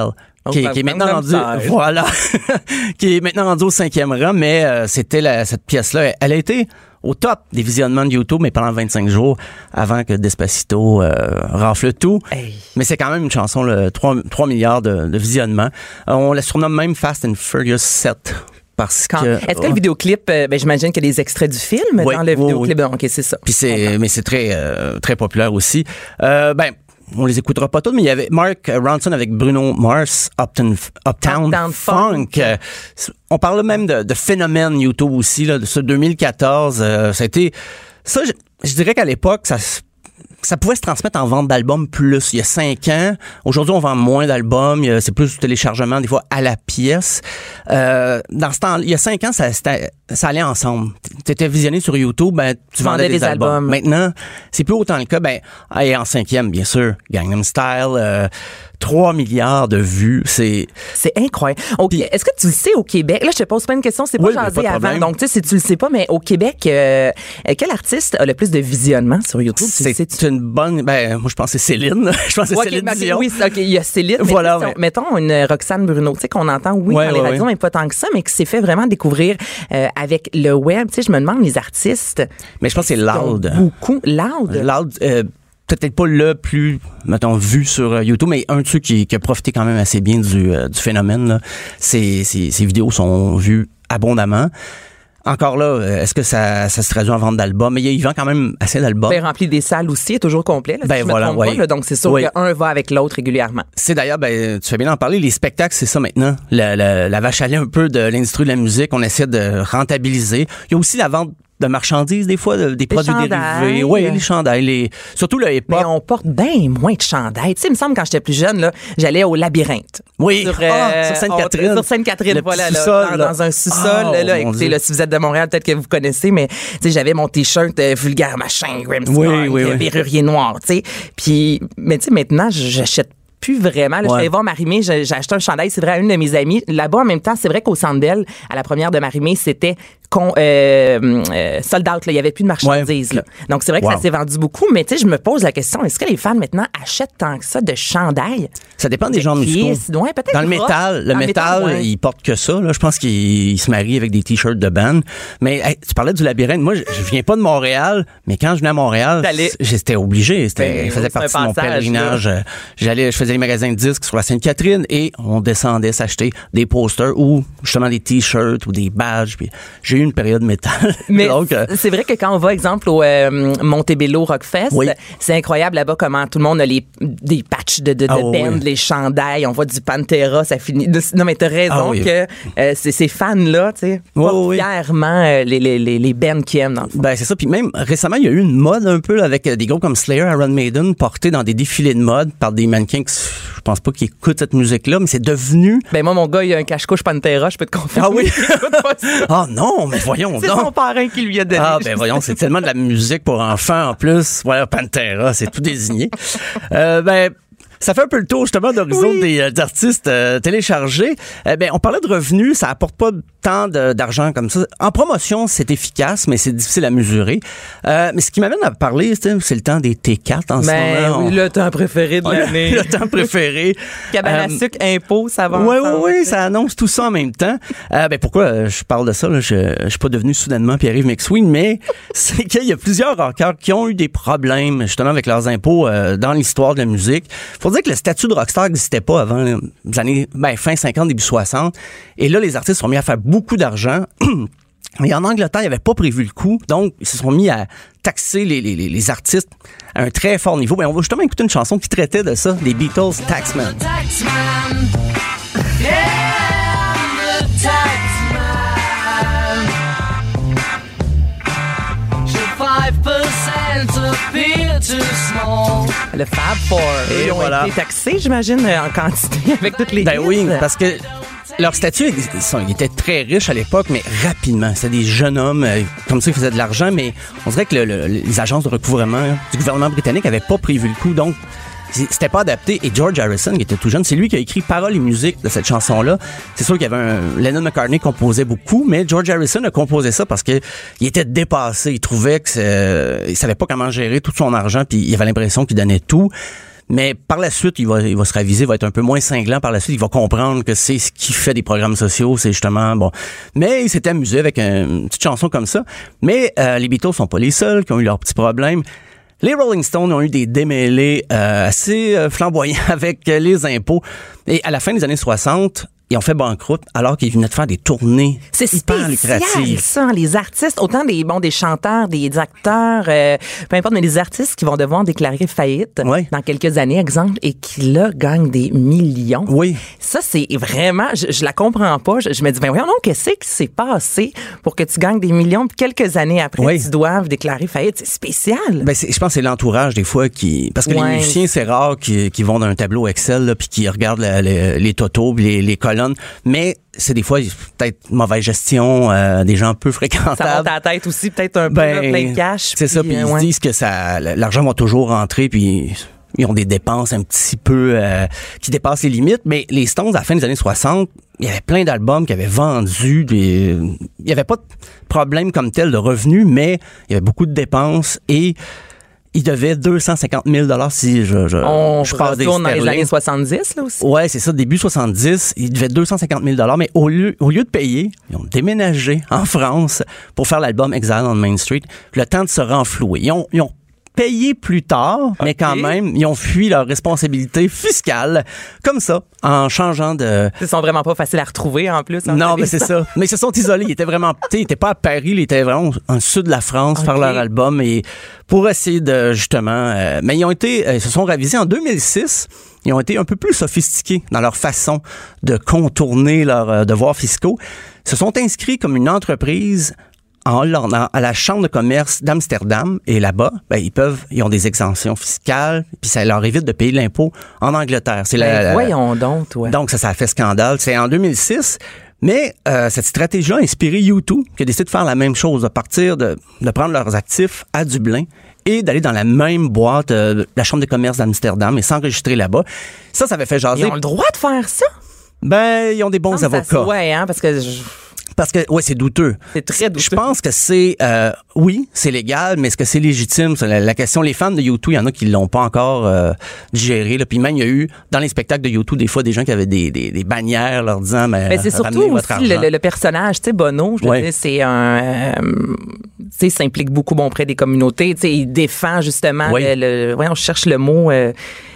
qui, est, qui est maintenant rendu, voilà, qui est maintenant rendu au cinquième rang, mais euh, c'était la, cette pièce-là, elle a été au top des visionnements de YouTube, mais pendant vingt-cinq jours, avant que Despacito euh, rafle tout. Hey. Mais c'est quand même une chanson, le trois milliards de, de visionnements. On la surnomme même Fast and Furious sept. Parce Quand, que, est-ce que le vidéoclip, euh, ben, j'imagine qu'il y a des extraits du film oui, dans le oui, vidéoclip. oui. OK, c'est ça. Puis c'est, mais c'est très, euh, très populaire aussi. Euh, ben, on les écoutera pas toutes, mais il y avait Mark Ronson avec Bruno Mars, Uptown, Uptown, Uptown Funk. Funk. Euh, on parle même de, de phénomène YouTube aussi, là, de ce deux mille quatorze. Euh, ça a été, ça, je, je dirais qu'à l'époque, ça se ça pouvait se transmettre en vente d'albums plus. Il y a cinq ans. Aujourd'hui, on vend moins d'albums. Il y a, c'est plus du téléchargement, des fois, à la pièce. Euh, dans ce temps, il y a cinq ans, ça, ça allait ensemble. Tu étais visionné sur YouTube, ben, tu vendais, vendais des, des albums. albums. Maintenant, c'est plus autant le cas. Ben, et en cinquième, bien sûr, Gangnam Style, euh, trois milliards de vues. C'est, c'est incroyable. Okay. Est-ce que tu le sais au Québec? Là, je te pose pas une question, c'est pas oui, jasé pas avant. Donc, tu sais, si tu le sais pas, mais au Québec, euh, quel artiste a le plus de visionnements sur YouTube? C'est tu sais, une bonne, ben, moi, je pense que c'est Céline. je pense que c'est ouais, Céline okay, Dion. Oui, OK, il y a Céline. Voilà, mais ouais. Mettons une Roxane Bruno, tu sais, qu'on entend, oui, ouais, dans les ouais, radios, ouais. mais pas tant que ça, mais qui s'est fait vraiment découvrir euh, avec le web. Tu sais, je me demande, les artistes. Mais je pense que c'est Loud. Beaucoup. Loud. Loud, euh, peut-être pas le plus, mettons, vu sur YouTube, mais un de ceux qui, qui a profité quand même assez bien du, euh, du phénomène, là. Ses, ses, ses vidéos sont vues abondamment. Encore là, est-ce que ça, ça se traduit en vente d'albums? Mais il vend quand même assez d'albums. Ben, rempli des salles aussi, est toujours complet. Là, si ben je voilà, me trompe oui. pas, là, donc c'est sûr oui. qu'un va avec l'autre régulièrement. C'est d'ailleurs, ben, tu fais bien d'en parler, les spectacles, c'est ça maintenant. La, la, la vache à lait un peu de l'industrie de la musique, on essaie de rentabiliser. Il y a aussi la vente de marchandises, des fois, de, des produits chandails. dérivés. Oui, les chandails. Les, surtout le hip-hop. Mais on porte bien moins de chandails. Tu sais, il me semble, quand j'étais plus jeune, là, j'allais au Labyrinthe. Oui, sur, ah, euh, sur Sainte-Catherine. Sur Sainte-Catherine, le voilà, là, dans, là. dans un sous-sol. Oh, là, écoutez, là, si vous êtes de Montréal, peut-être que vous connaissez, mais tu sais, j'avais mon T-shirt euh, vulgaire machin, Grimmskong, oui, oui, oui. Berrurier Noir, tu sais. Puis, mais tu sais, maintenant, j'achète plus vraiment. Là, ouais. Je vais voir Marie-Mé, j'ai, j'ai acheté un chandail, c'est vrai, à une de mes amies. Là-bas, en même temps, c'est vrai qu'au Centre Bell, à la première de Marie-Mé, c'était con, euh, euh, sold out. Là. Il n'y avait plus de marchandises. Ouais. Là. Donc, c'est vrai que wow. ça s'est vendu beaucoup. Mais tu sais, je me pose la question, est-ce que les fans, maintenant, achètent tant que ça de chandails? Ça dépend des genres musicaux. Ouais, peut-être Dans le métal, le métal, métal ouais. ils portent que ça. Là. Je pense qu'ils se marient avec des t-shirts de band. Mais hey, tu parlais du Labyrinthe. Moi, je, je viens pas de Montréal, mais quand je venais à Montréal, j'étais obligé. C'était, ben, faisait partie de mon pèlerinage. Là. J'allais, je faisais les magasins de disques sur la Sainte-Catherine et on descendait s'acheter des posters ou justement des t-shirts ou des badges. Puis j'ai eu une période métal. Mais donc, euh, c'est vrai que quand on va, exemple, au euh, Montebello Rockfest, oui. c'est incroyable là-bas comment tout le monde a les, des patchs de, de, de oh, band, oui. les chandails, on voit du Pantera, ça finit. Non, mais t'as raison oh, oui. que euh, c'est, ces fans-là, tu sais, oh, portent oui. fièrement euh, les, les, les, les bands qui aiment, dans le fond. Ben, c'est ça. Puis même récemment, il y a eu une mode un peu là, avec des groupes comme Slayer, Iron Maiden, portés dans des défilés de mode par des mannequins qui, je pense pas qu'ils écoutent cette musique-là, mais c'est devenu... Ben moi, mon gars, il a un cache-couche Pantera, je peux te confirmer. Ah oui? Ah oh, non, mais voyons c'est donc. C'est son parrain qui lui a donné. Ah ben voyons, c'est tellement de la musique pour enfants en plus. Voilà, Pantera, c'est tout désigné. euh, ben... Ça fait un peu le tour justement d'horizon oui. des, euh, des artistes euh, téléchargés. Euh, ben, on parlait de revenus, ça apporte pas tant de, d'argent comme ça. En promotion, c'est efficace, mais c'est difficile à mesurer. Euh, mais ce qui m'amène à parler, c'est, c'est le temps des T quatre en ben, ce moment. Oui, on... le temps préféré de l'année. Le temps préféré. Cabane à sucre, impôts, ça va. Oui, oui, oui, ça annonce tout ça en même temps. Euh, ben, pourquoi euh, je parle de ça? Là? Je ne suis pas devenu soudainement Pierre-Yves McSween, mais c'est qu'il y a plusieurs rockers qui ont eu des problèmes justement avec leurs impôts euh, dans l'histoire de la musique. Faut dire que le statut de rockstar n'existait pas avant les années ben, fin cinquante, début soixante. Et là, les artistes sont mis à faire beaucoup d'argent. Mais en Angleterre, ils n'avaient pas prévu le coup. Donc, ils se sont mis à taxer les, les, les artistes à un très fort niveau. Ben, on va justement écouter une chanson qui traitait de ça, des Beatles, Taxman. Taxman. Yeah, the Taxman. five percent appear too small. Le Fab Four. Et ils ont voilà. été taxés, j'imagine, en quantité avec toutes les Ben hits. oui, parce que leur statut, ils, sont, ils étaient très riches à l'époque, mais rapidement. C'était des jeunes hommes euh, comme ça qui faisaient de l'argent, mais on dirait que le, le, les agences de recouvrement hein, du gouvernement britannique n'avaient pas prévu le coup, donc c'était pas adapté. Et George Harrison, qui était tout jeune, c'est lui qui a écrit paroles et musique de cette chanson-là. C'est sûr qu'il y avait un... Lennon McCartney composait beaucoup, mais George Harrison a composé ça parce que il était dépassé. Il trouvait que c'est... il savait pas comment gérer tout son argent, puis il avait l'impression qu'il donnait tout. Mais par la suite, il va, il va se raviser, il va être un peu moins cinglant. Par la suite, il va comprendre que c'est ce qui fait des programmes sociaux, c'est justement bon. Mais il s'est amusé avec une petite chanson comme ça. Mais euh, les Beatles sont pas les seuls qui ont eu leurs petits problèmes. Les Rolling Stones ont eu des démêlés euh, assez euh, flamboyants avec euh, les impôts. Et à la fin des années soixante, ils ont fait banqueroute alors qu'ils venaient de faire des tournées c'est hyper spécial, lucratives. ça, les artistes, autant des bon des chanteurs, des acteurs, euh, peu importe, mais les artistes qui vont devoir déclarer faillite Oui. dans quelques années, exemple, et qui là gagnent des millions. Oui. Ça, c'est vraiment, je, je la comprends pas. Je, je me dis, ben voyons donc, qu'est-ce qui s'est passé pour que tu gagnes des millions, puis quelques années après, Oui. tu doives déclarer faillite. C'est spécial. Ben c'est, je pense que c'est l'entourage des fois qui... Parce que Ouais. les musiciens, c'est rare qui, qui vont dans un tableau Excel là, puis qui regardent la- les, les totaux puis les, les colonnes. Mais c'est des fois peut-être mauvaise gestion, euh, des gens peu fréquentables. Ça monte à la tête aussi, peut-être un peu, Ben, là, plein de cash. c'est ça, puis euh, ils ouais. se disent que ça, l'argent va toujours rentrer, puis ils ont des dépenses un petit peu euh, qui dépassent les limites. Mais les Stones, à la fin des années soixante, il y avait plein d'albums qui avaient vendu. Des, il n'y avait pas de problème comme tel de revenus, mais il y avait beaucoup de dépenses et ils devaient deux cent cinquante mille dollars si je, je, On je parle des retourne dans les sterling. années soixante-dix, là aussi. Ouais, c'est ça, début soixante-dix, ils devaient deux cent cinquante mille dollars, mais au lieu, au lieu de payer, ils ont déménagé en France pour faire l'album Exile on Main Street, le temps de se renflouer. Ils ont, ils ont payé plus tard, mais quand même, ils ont fui leurs responsabilités fiscales, comme ça, en changeant de... Ils sont vraiment pas faciles à retrouver, en plus. hein, Non, les mais c'est Stones. ça. Mais ils se sont isolés. Ils étaient vraiment, tu sais, ils étaient pas à Paris, ils étaient vraiment dans le sud de la France, Ok. faire leur album et pour essayer de, justement, euh, mais ils ont été, euh, ils se sont ravisés en deux mille six. Ils ont été un peu plus sophistiqués dans leur façon de contourner leurs euh, devoirs fiscaux. Ils se sont inscrits comme une entreprise en Hollande, à la Chambre de commerce d'Amsterdam, et là-bas, ben, ils peuvent, ils ont des exemptions fiscales, puis ça leur évite de payer de l'impôt en Angleterre. C'est Ben, la, la- voyons donc, toi. donc, ça, ça a fait scandale. C'est en deux mille six. Mais euh, cette stratégie a inspiré U deux, qui a décidé de faire la même chose, de partir, de, de prendre leurs actifs à Dublin et d'aller dans la même boîte, euh, la Chambre de commerce d'Amsterdam, et s'enregistrer là-bas. Ça, ça avait fait jaser. Ils ont le droit de faire ça? Ben, ils ont des bons Ça, avocats. ça, ouais, hein, parce que je- Parce que, ouais, c'est douteux. c'est très douteux. Je pense que c'est, euh, oui, c'est légal, mais est-ce que c'est légitime? C'est la, la question. Les fans de U deux, il y en a qui l'ont pas encore euh, digéré. Là. Puis même, il y a eu, dans les spectacles de U deux, des fois, des gens qui avaient des, des, des bannières leur disant, mais Ben, c'est surtout ramenez votre aussi le, argent. le- le personnage, tu sais, Bono, je veux Ouais. dire, c'est un, euh, tu sais, il s'implique beaucoup bon auprès des communautés, tu sais, il défend justement, Oui. le, le- ouais, on cherche le mot, euh,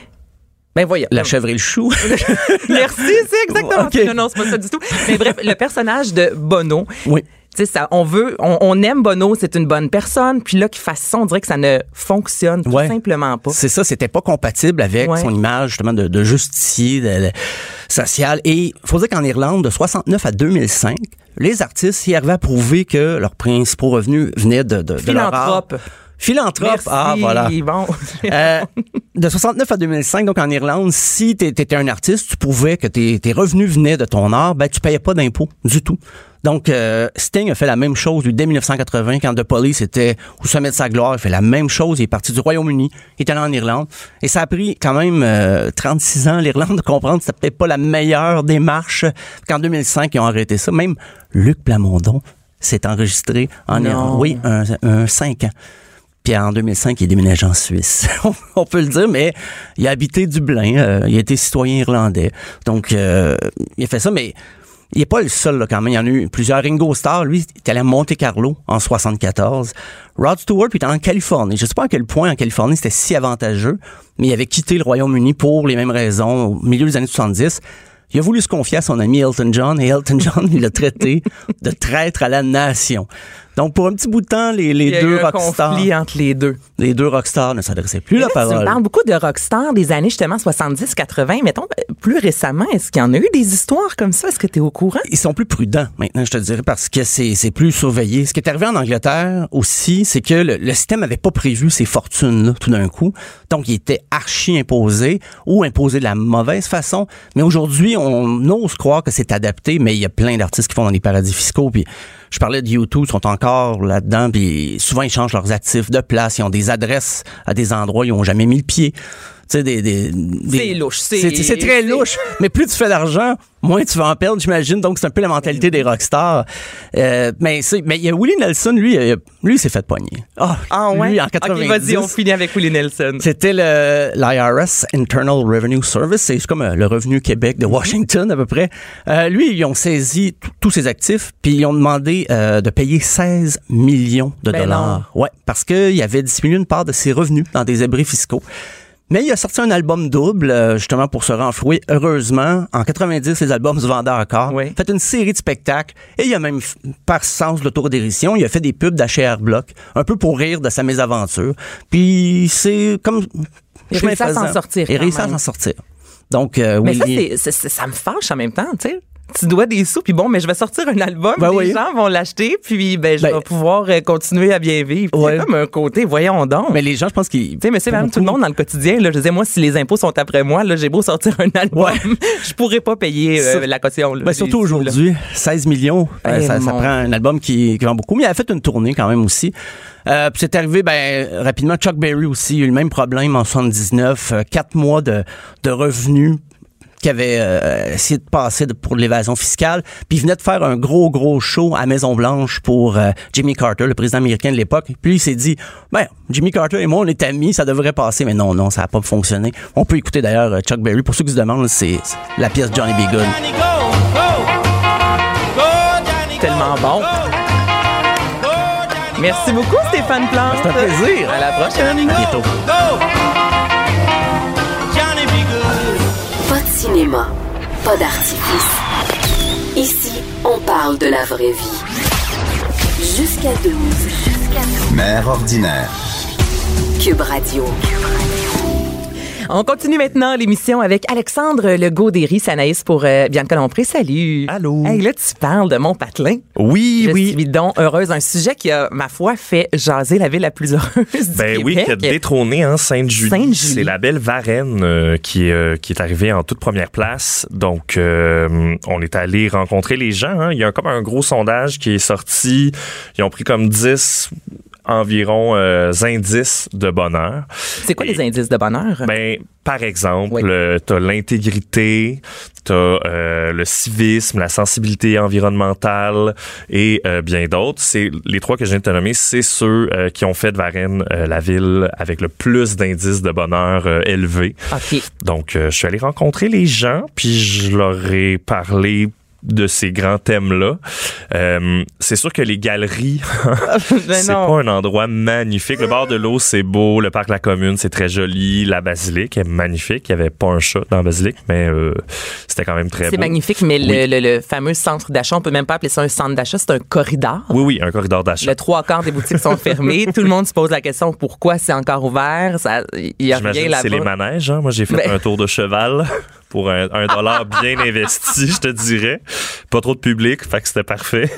ben voyons. La chèvre et le chou. Merci, c'est exactement Ok. ça. Non, non, c'est pas ça du tout. Mais bref, le personnage de Bono, Oui. tu sais, ça, on veut, on, on aime Bono, c'est une bonne personne, puis là, qu'il fasse ça, on dirait que ça ne fonctionne tout Ouais. simplement pas. C'est ça, c'était pas compatible avec Ouais. son image justement de, de justicier de, de- social. Et faut dire qu'en Irlande, de soixante-neuf à deux mille cinq, les artistes y arrivaient à prouver que leurs principaux revenus venaient de, de, de leur art. Philanthrope. Philanthrope. Merci. Ah, voilà. Bon. Euh, de soixante-neuf à deux mille cinq, donc en Irlande, si tu étais un artiste, tu prouvais que tes, tes revenus venaient de ton art, ben tu payais pas d'impôts du tout. Donc, euh, Sting a fait la même chose lui, dès mille neuf cent quatre-vingts, quand The Police était au sommet de sa gloire. Il fait la même chose. Il est parti du Royaume-Uni. Il est allé en Irlande. Et ça a pris quand même euh, trente-six ans, l'Irlande, de comprendre que c'était peut-être pas la meilleure démarche. Qu'en deux mille cinq, ils ont arrêté ça. Même Luc Plamondon s'est enregistré en Non. Irlande. Oui, un, un cinq ans. Puis en deux mille cinq, il est déménagé en Suisse. On peut le dire, mais il a habité Dublin. Euh, il a été citoyen irlandais. Donc, euh, il a fait ça, mais il n'est pas le seul là, quand même. Il y en a eu plusieurs. Ringo Starr, lui, il est allé à Monte-Carlo en soixante-quatorze. Rod Stewart, puis il était en Californie. Je ne sais pas à quel point en Californie c'était si avantageux, mais il avait quitté le Royaume-Uni pour les mêmes raisons au milieu des années soixante-dix. Il a voulu se confier à son ami Elton John, et Elton John, il l'a traité de traître à la nation. Donc, pour un petit bout de temps, les, les Il y a deux eu un rockstars, conflit entre les deux. les deux rockstars ne s'adressaient plus Là, la tu me parole. parles beaucoup de rockstars des années justement soixante-dix quatre-vingts. Mettons, plus récemment, est-ce qu'il y en a eu des histoires comme ça? Est-ce que tu es au courant? Ils sont plus prudents maintenant, je te dirais, parce que c'est c'est plus surveillé. Ce qui est arrivé en Angleterre aussi, c'est que le, le système avait pas prévu ces fortunes-là tout d'un coup. Donc, il était archi imposé ou imposé de la mauvaise façon. Mais aujourd'hui, on ose croire que c'est adapté, mais il y a plein d'artistes qui font dans des paradis fiscaux. Puis je parlais de U deux, ils sont encore là-dedans, puis souvent ils changent leurs actifs de place, ils ont des adresses à des endroits où ils n'ont jamais mis le pied. Tu sais, des, des, des C'est louche. C'est, c'est, c'est très c'est... louche. Mais plus tu fais d'argent, moins tu vas en perdre, j'imagine. Donc, c'est un peu la mentalité des rockstars. Euh, mais c'est, mais il y a Willie Nelson, lui, euh, lui, il s'est fait pogner. Oh, Ah ouais? Lui, en quatre-vingt-dix. OK, vas-y, on finit avec Willie Nelson. C'était le l'I R S, Internal Revenue Service, c'est comme euh, le Revenu Québec de Washington à peu près. Euh, lui, ils ont saisi t- tous ses actifs, puis ils ont demandé euh, de payer seize millions de Ben dollars. Ouais, parce qu'il avait dissimulé une part de ses revenus dans des abris fiscaux. Mais il a sorti un album double, euh, justement, pour se renflouer. Heureusement, en quatre-vingt-dix, les albums se vendaient encore. Oui. Fait une série de spectacles. Et il a même, f- par sens de l'autodérision, il a fait des pubs d'H R Block, un peu pour rire de sa mésaventure. Puis c'est comme... Il chemin réussit à s'en faisant. sortir, Il quand réussit à même. s'en sortir. Donc, euh, Mais Willie... ça, c'est, c'est- ça me fâche en même temps, tu sais. Tu dois des sous, puis bon, mais je vais sortir un album, Ben les oui. gens vont l'acheter, puis ben, je Ben- vais pouvoir euh, continuer à bien vivre. Puis Ouais. C'est comme un côté, voyons donc. Mais les gens, je pense qu'ils... Tu sais, monsieur, madame, tout le monde dans le quotidien, là, je disais, moi, si les impôts sont après moi, là, j'ai beau sortir un album, Ouais. je pourrais pas payer euh, Ça- la caution. Là, Ben, des surtout sous, là. aujourd'hui, seize millions, euh, Eh, ça, ça mon- prend un album qui, qui vend beaucoup. Mais il a fait une tournée quand même aussi. Euh, puis c'est arrivé ben rapidement. Chuck Berry aussi, il a eu le même problème en soixante-dix-neuf. Euh, quatre mois de, de revenus qui avait euh, essayé de passer de- pour l'évasion fiscale. Puis il venait de faire un gros, gros show à Maison-Blanche pour euh, Jimmy Carter, le président américain de l'époque. Puis il s'est dit, ben, Jimmy Carter et moi, on est amis, ça devrait passer. Mais non, non, ça n'a pas fonctionné. On peut écouter d'ailleurs euh, Chuck Berry. Pour ceux qui se demandent, c'est c'est la pièce Johnny B. Good. Tellement bon. Merci beaucoup, Stéphane Plante. C'est un plaisir. À la prochaine. À bientôt. Pas de cinéma, pas d'artifice. Ici, on parle de la vraie vie. Jusqu'à douze. Mère ordinaire. Cube Radio. On continue maintenant l'émission avec Alexandre Legaudéry, c'est Anaïs pour euh, Bianca Lompré. Salut. Allô. Hey, là, tu parles de mon patelin. Oui, Je oui. suis donc heureuse. Un sujet qui a, ma foi, fait jaser la ville la plus heureuse du Ben Québec. oui, qui a détrôné hein, Sainte-Julie. Sainte-Julie. C'est la belle Varenne euh, qui, est, euh, qui est arrivée en toute première place. Donc, euh, on est allé rencontrer les gens. Hein. Il y a comme un gros sondage qui est sorti. Ils ont pris comme dix environ euh, indices de bonheur. C'est quoi Et- les indices de bonheur? Ben, par exemple, Oui. euh, t'as l'intégrité, t'as euh, le civisme, la sensibilité environnementale et euh, bien d'autres. C'est les trois que je viens de te nommer, c'est ceux euh, qui ont fait de Varennes euh, la ville avec le plus d'indices de bonheur euh, élevés. OK. Donc, euh, je suis allé rencontrer les gens, puis je leur ai parlé de ces grands thèmes-là. Euh, c'est sûr que les galeries, Ben c'est non. pas un endroit magnifique. Le bord de l'eau, c'est beau. Le parc de la Commune, c'est très joli. La basilique est magnifique. Il y avait pas un chat dans la basilique, mais euh, c'était quand même très C'est beau. magnifique, mais Oui. le, le- le fameux centre d'achat, on peut même pas appeler ça un centre d'achat, c'est un corridor. Oui, oui, un corridor d'achat. Le trois quarts des boutiques sont fermées. Tout le monde se pose la question pourquoi c'est encore ouvert. Ça, il y a rien J'imagine que là-bas. c'est les manèges. Hein? Moi, j'ai fait Ben- un tour de cheval pour un, un dollar bien investi, je te dirais. Pas trop de public, fait que c'était parfait.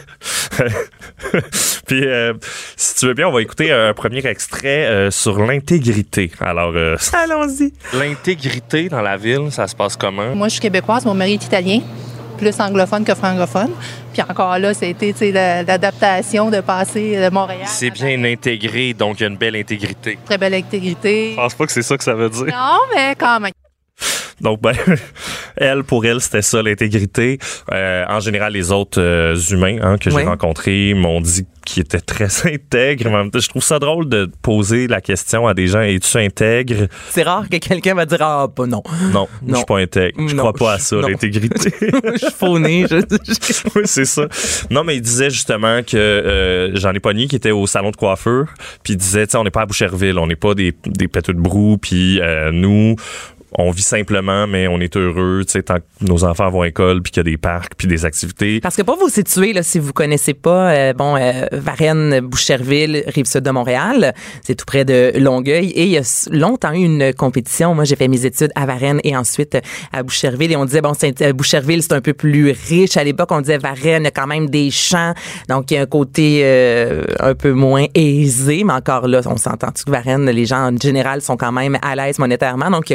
Puis, euh, si tu veux bien, on va écouter un premier extrait euh, sur l'intégrité. Alors, euh, Allons-y. l'intégrité dans la ville, ça se passe comment? Moi, je suis québécoise, mon mari est italien, plus anglophone que francophone. Puis encore là, ça a été tu sais, la- l'adaptation de passer de Montréal. C'est bien intégré, donc il y a une belle intégrité. Très belle intégrité. Je pense pas que c'est ça que ça veut dire. Non, mais quand même. Donc, ben, elle, pour elle, c'était ça, l'intégrité. Euh, en général, les autres euh, humains hein, que j'ai Ouais. rencontrés m'ont dit qu'ils étaient très intègres. En même temps, je trouve ça drôle de poser la question à des gens, es-tu intègre? C'est rare que quelqu'un va dire ah pas non. Non, je Non. suis pas intègre. Je Non, crois pas à je- ça, non. l'intégrité. Je suis fauné. Je, je- Oui, c'est ça. Non, mais il disait justement que euh, j'en ai pogné qui était au salon de coiffeur, puis il disait, tu sais, on n'est pas à Boucherville, on n'est pas des, des péteux de brou, puis euh, nous, on vit simplement, mais on est heureux, tu sais, tant que nos enfants vont à l'école, puis qu'il y a des parcs, puis des activités. Parce que pour vous situer, là, si vous connaissez pas, euh, bon, euh, Varennes, Boucherville, Rive-Sud de Montréal, c'est tout près de Longueuil. Et il y a s- longtemps eu une compétition. Moi, j'ai fait mes études à Varennes et ensuite à Boucherville. Et on disait, bon, c'est, euh, Boucherville, c'est un peu plus riche. À l'époque, on disait Varennes, il y a quand même des champs. Donc, il y a un côté euh, un peu moins aisé. Mais encore là, on s'entend que Varennes, les gens en général sont quand même à l'aise monétairement. Donc, il y a Oui. toujours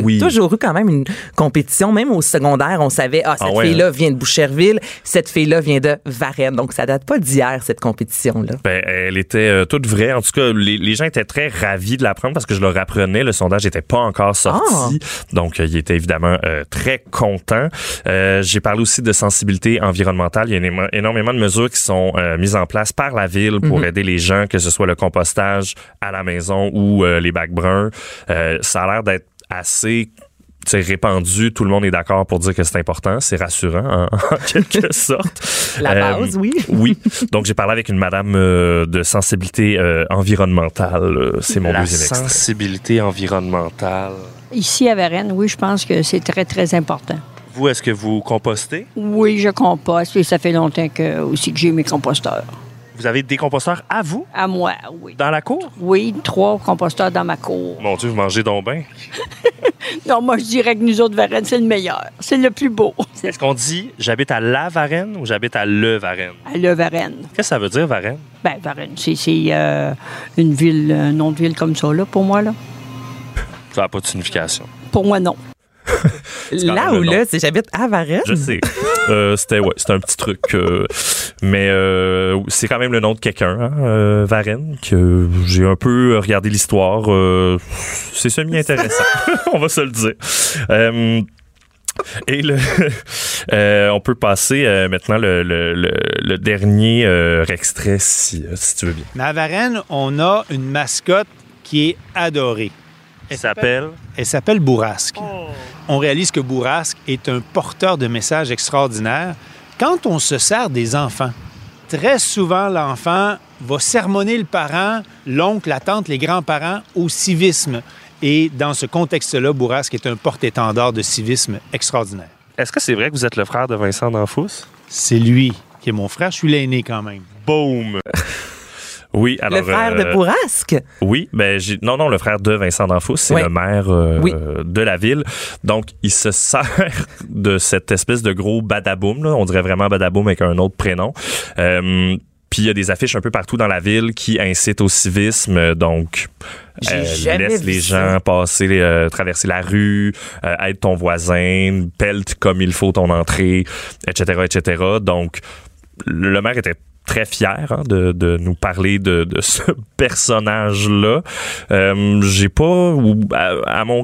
toujours eu quand même une compétition. Même au secondaire, on savait, ah, cette Ah ouais, fille-là hein? vient de Boucherville, cette fille-là vient de Varennes. Donc, ça date pas d'hier, cette compétition-là. Ben, elle était euh, toute vraie. En tout cas, les, les gens étaient très ravis de l'apprendre parce que je leur apprenais. Le sondage n'était pas encore sorti. Donc, euh, ils étaient évidemment euh, très contents. Euh, j'ai parlé aussi de sensibilité environnementale. Il y a éno- énormément de mesures qui sont euh, mises en place par la ville pour Mhm. aider les gens, que ce soit le compostage à la maison ou euh, les bacs bruns. Euh, ça a l'air d'être assez c'est répandu, tout le monde est d'accord pour dire que c'est important, c'est rassurant en, en quelque sorte. La base, oui. Oui. Donc j'ai parlé avec une madame euh, de sensibilité euh, environnementale. Euh, c'est mon La deuxième extrait. sensibilité environnementale. Ici à Varennes, oui, je pense que c'est très, très important. Vous, est-ce que vous compostez? Oui, je composte et ça fait longtemps que, aussi que j'ai mes composteurs. Vous avez des composteurs à vous? À moi, oui. Dans la cour? Oui, trois composteurs dans ma cour. Mon Dieu, vous mangez donc bien. Non, moi, je dirais que nous autres, Varennes, c'est le meilleur. C'est le plus beau. C'est Est-ce qu'on dit j'habite à la Varenne ou j'habite à le Varenne? à le Varennes. Qu'est-ce que ça veut dire, Varenne? Ben, Varennes, c'est c'est, euh, une ville, un nom de ville comme ça, là, pour moi, là. Ça n'a pas de signification. Pour moi, non. quand Là même où le là, nom. c'est j'habite à Varennes. Je sais. Euh, c'était ouais, c'était un petit truc. euh, mais euh, c'est quand même le nom de quelqu'un, hein, euh, Varenne, que j'ai un peu regardé l'histoire. euh, c'est semi-intéressant, on va se le dire. Euh, Et le, euh, on peut passer euh, maintenant le, le, le, le dernier euh, extrait, si, si tu veux bien. Mais à Varennes, on a une mascotte qui est adorée. Elle s'appelle? Elle s'appelle Bourrasque. On réalise que Bourrasque est un porteur de messages extraordinaires. Quand on se sert des enfants, très souvent, l'enfant va sermonner le parent, l'oncle, la tante, les grands-parents au civisme. Et dans ce contexte-là, Bourrasque est un porte-étendard de civisme extraordinaire. Est-ce que c'est vrai que vous êtes le frère de Vincent D'Anfous? C'est lui qui est mon frère. Je suis l'aîné quand même. Boom! Oui, alors... Le frère euh, de Bourrasque. Oui, ben j'ai non non le frère de Vincent D'Anfous, c'est Ouais. le maire euh, Oui. de la ville. Donc il se sert de cette espèce de gros badaboum là, on dirait vraiment badaboum avec un autre prénom. Euh, Puis il y a des affiches un peu partout dans la ville qui incitent au civisme, donc J'ai euh, jamais laisse vu les ça. gens passer, euh, traverser la rue, euh, aide ton voisin, pelte comme il faut ton entrée, et cetera, et cetera. Donc le maire était très fier hein, de, de nous parler de, de ce personnage-là. Euh, j'ai pas, ou à, à mon,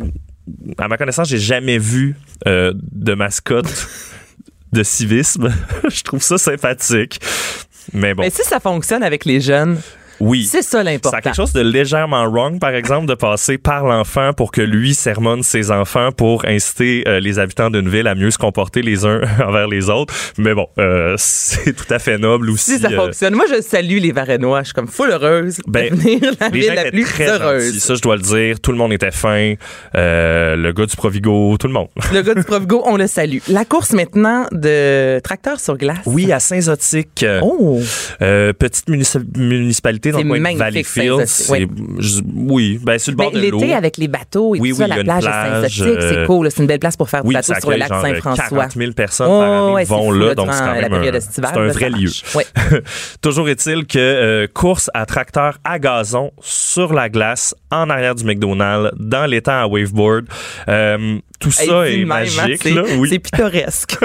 à ma connaissance, j'ai jamais vu euh, de mascotte de civisme. Je trouve ça sympathique. Mais bon. Mais si ça fonctionne avec les jeunes, oui. c'est ça l'important. Ça a quelque chose de légèrement wrong, par exemple, de passer par l'enfant pour que lui sermonne ses enfants pour inciter euh, les habitants d'une ville à mieux se comporter les uns envers les autres. Mais bon, euh, c'est tout à fait noble aussi. Si ça euh, fonctionne. Moi, je salue les Varennois. Je suis comme full heureuse Ben, de venir la les ville gens la étaient plus très heureuse. gentils, ça je dois le dire. Tout le monde était fin. Euh, le gars du Provigo, tout le monde. Le gars du Provigo, on le salue. La course maintenant de tracteurs sur glace. Oui, à Saint-Zotique. Oh! Euh, petite munici- municipalité dans C'est le coin de magnifique, Valleyfield. Saint-Zotique, C'est- oui. je- Oui, ben sur le Ben, bord de l'eau. l'été, avec les bateaux et Oui, tout oui, ça, il y a la une plage de plage, Saint-Zotique, euh, c'est cool. là. C'est une belle place pour faire du Oui, bateau ça sur le accueille lac genre Saint-François. quarante mille personnes par année ouais, vont c'est fou, là, là, donc c'est durant quand la même période un, estivale, c'est un là, vrai ça lieu. marche. Ouais. Toujours est-il que euh, course à tracteur à gazon sur la glace en arrière du McDonald's dans l'étang à waveboard. Euh, tout Hey, ça dis est de même, hein, magique. c'est- là, oui. C'est pittoresque.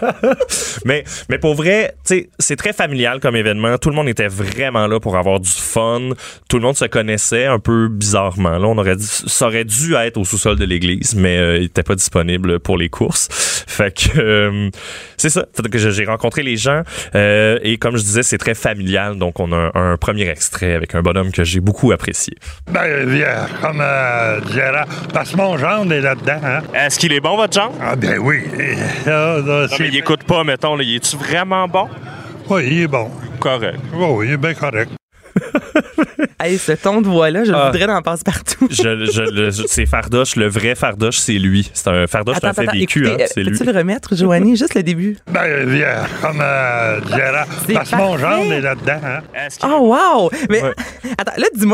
mais, mais pour vrai, tu sais, c'est très familial comme événement. Tout le monde était vraiment là pour avoir du fun. Tout le monde se connaissait un peu bizarrement. Là, on aurait dit, ça aurait dû être au sous-sol de l'église, mais euh, il n'était pas disponible pour les courses. Fait que euh, c'est ça. Fait que j'ai rencontré les gens euh, et comme je disais, c'est très familial. Donc, on a un, un premier extrait avec un bonhomme que j'ai beaucoup apprécié. Ben, bien, comme euh, Gérard, parce que mon gendre est là-dedans, hein? Est-ce qu'il est bon, votre genre? Ah, ben oui. Là, là, Non, c'est- mais il écoute pas, mettons. Là. Il est-tu vraiment bon? Oui, il est bon. Correct. Oui, oui, il est bien correct. Hey, ce ton de voix-là, je Ah. voudrais en passer partout. Je, je, le- je- c'est Fardoche, le vrai Fardoche, c'est lui. C'est un Fardoche, c'est un Attends, fait attends, vécu, écoutez, hein, euh, c'est lui. peux-tu le remettre, Joanie, juste le début? Ben, bien, comme euh, Gérard, C'est parce que mon parfait. gendre est là-dedans, hein? Est-ce qu'il Oh, wow! Mais Ouais. attends, là, dis-moi juste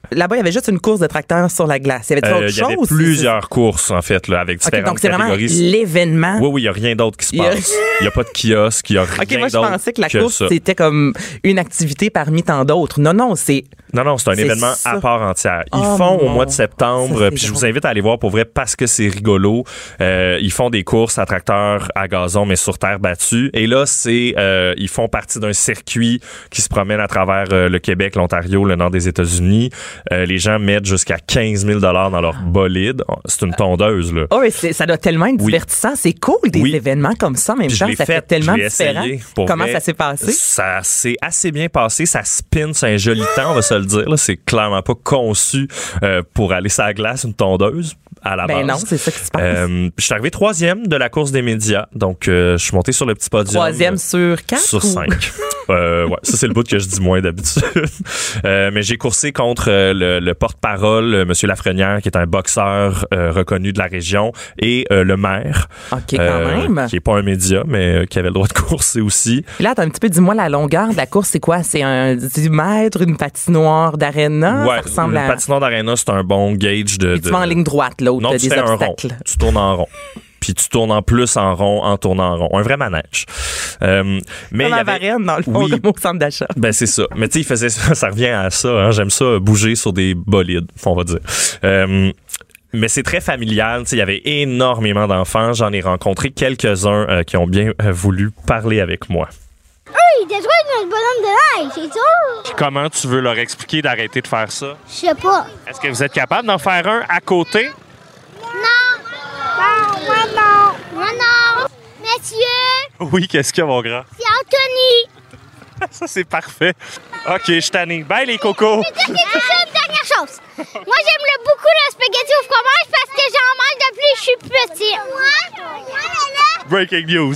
là-bas, il y avait juste une course de tracteurs sur la glace. Il y avait Euh, autre Il y avait chose? plusieurs courses, en fait, là, avec OK, différentes donc c'est vraiment catégories. l'événement. Oui, oui, il n'y a rien d'autre qui se Il y a- passe. Il n'y a pas de kiosque, il n'y a rien OK, moi, je d'autre pensais que la course, ça. c'était comme une activité parmi tant d'autres. Non, non, c'est... Non, non, c'est un C'est événement ça. à part entière. Ils Oh font au mon- mois de septembre, Ça, c'est puis je vous drôle. invite à aller voir pour vrai parce que c'est rigolo. Euh, ils font des courses à tracteurs à gazon, mais sur terre battue. Et là, c'est euh, ils font partie d'un circuit qui se promène à travers euh, le Québec, l'Ontario, le nord des États-Unis. Euh, les gens mettent jusqu'à quinze mille dollars dans leur bolide. C'est une tondeuse, là. Oh, et c'est- ça doit tellement être Oui. divertissant. C'est cool, des Oui. événements comme ça. En même Puis je temps, l'ai ça fait, fait, tellement je l'ai différent. essayé, pour Comment vrai. ça s'est passé? Ça s'est assez bien passé. Ça spin, c'est un joli temps, on va se le dire. Là. C'est clairement pas conçu euh, pour aller sur la glace, une tondeuse, à la Ben base. non, c'est ça qui se passe. Euh, je suis arrivé troisième de la course des médias. Donc, euh, je suis monté sur le petit podium. Troisième sur quatre? Sur ou- cinq. euh, ouais, ça, c'est le bout que je dis moins d'habitude. euh, mais j'ai coursé contre euh, le, le porte-parole, euh, M. Lafrenière, qui est un boxeur euh, reconnu de la région, et euh, le maire. OK, quand même. Qui est pas un média, mais euh, qui avait le droit de courser aussi. Puis là, attends un petit peu, dis-moi, la longueur de la course, c'est quoi? C'est un dix mètres, une patinoire d'aréna? Ouais, Ça ressemble le à... patinoire d'aréna, c'est un bon gauge de... Puis tu de- vas en ligne droite, là, où Non, t'as tu des fais un rond. obstacles. Tu tournes en rond. Puis tu tournes en plus en rond en tournant en rond. Un vrai manège. Euh, mais Comme il y à avait... Varennes, dans le fond, Oui. comme au centre d'achat. Ben c'est ça. Mais tu sais, il faisait ça, ça revient à ça. Hein. J'aime ça, bouger sur des bolides, on va dire. Euh, mais c'est très familial. Tu sais, il y avait énormément d'enfants. J'en ai rencontré quelques-uns euh, qui ont bien euh, voulu parler avec moi. Oui, détruire notre bonhomme de neige, c'est sûr. Comment tu veux leur expliquer d'arrêter de faire ça? Je sais pas. Est-ce que vous êtes capable d'en faire un à côté? Non. Non, moi non. Moi non. Monsieur, Oui, qu'est-ce qu'il y a, mon grand? c'est Anthony. Ça, c'est parfait. OK, je suis tanné. Bye, les cocos! Je vais te dire une dernière chose. Moi, j'aime le beaucoup le spaghetti au fromage parce que j'en mange depuis que je suis petit. Moi, moi, là, Breaking news.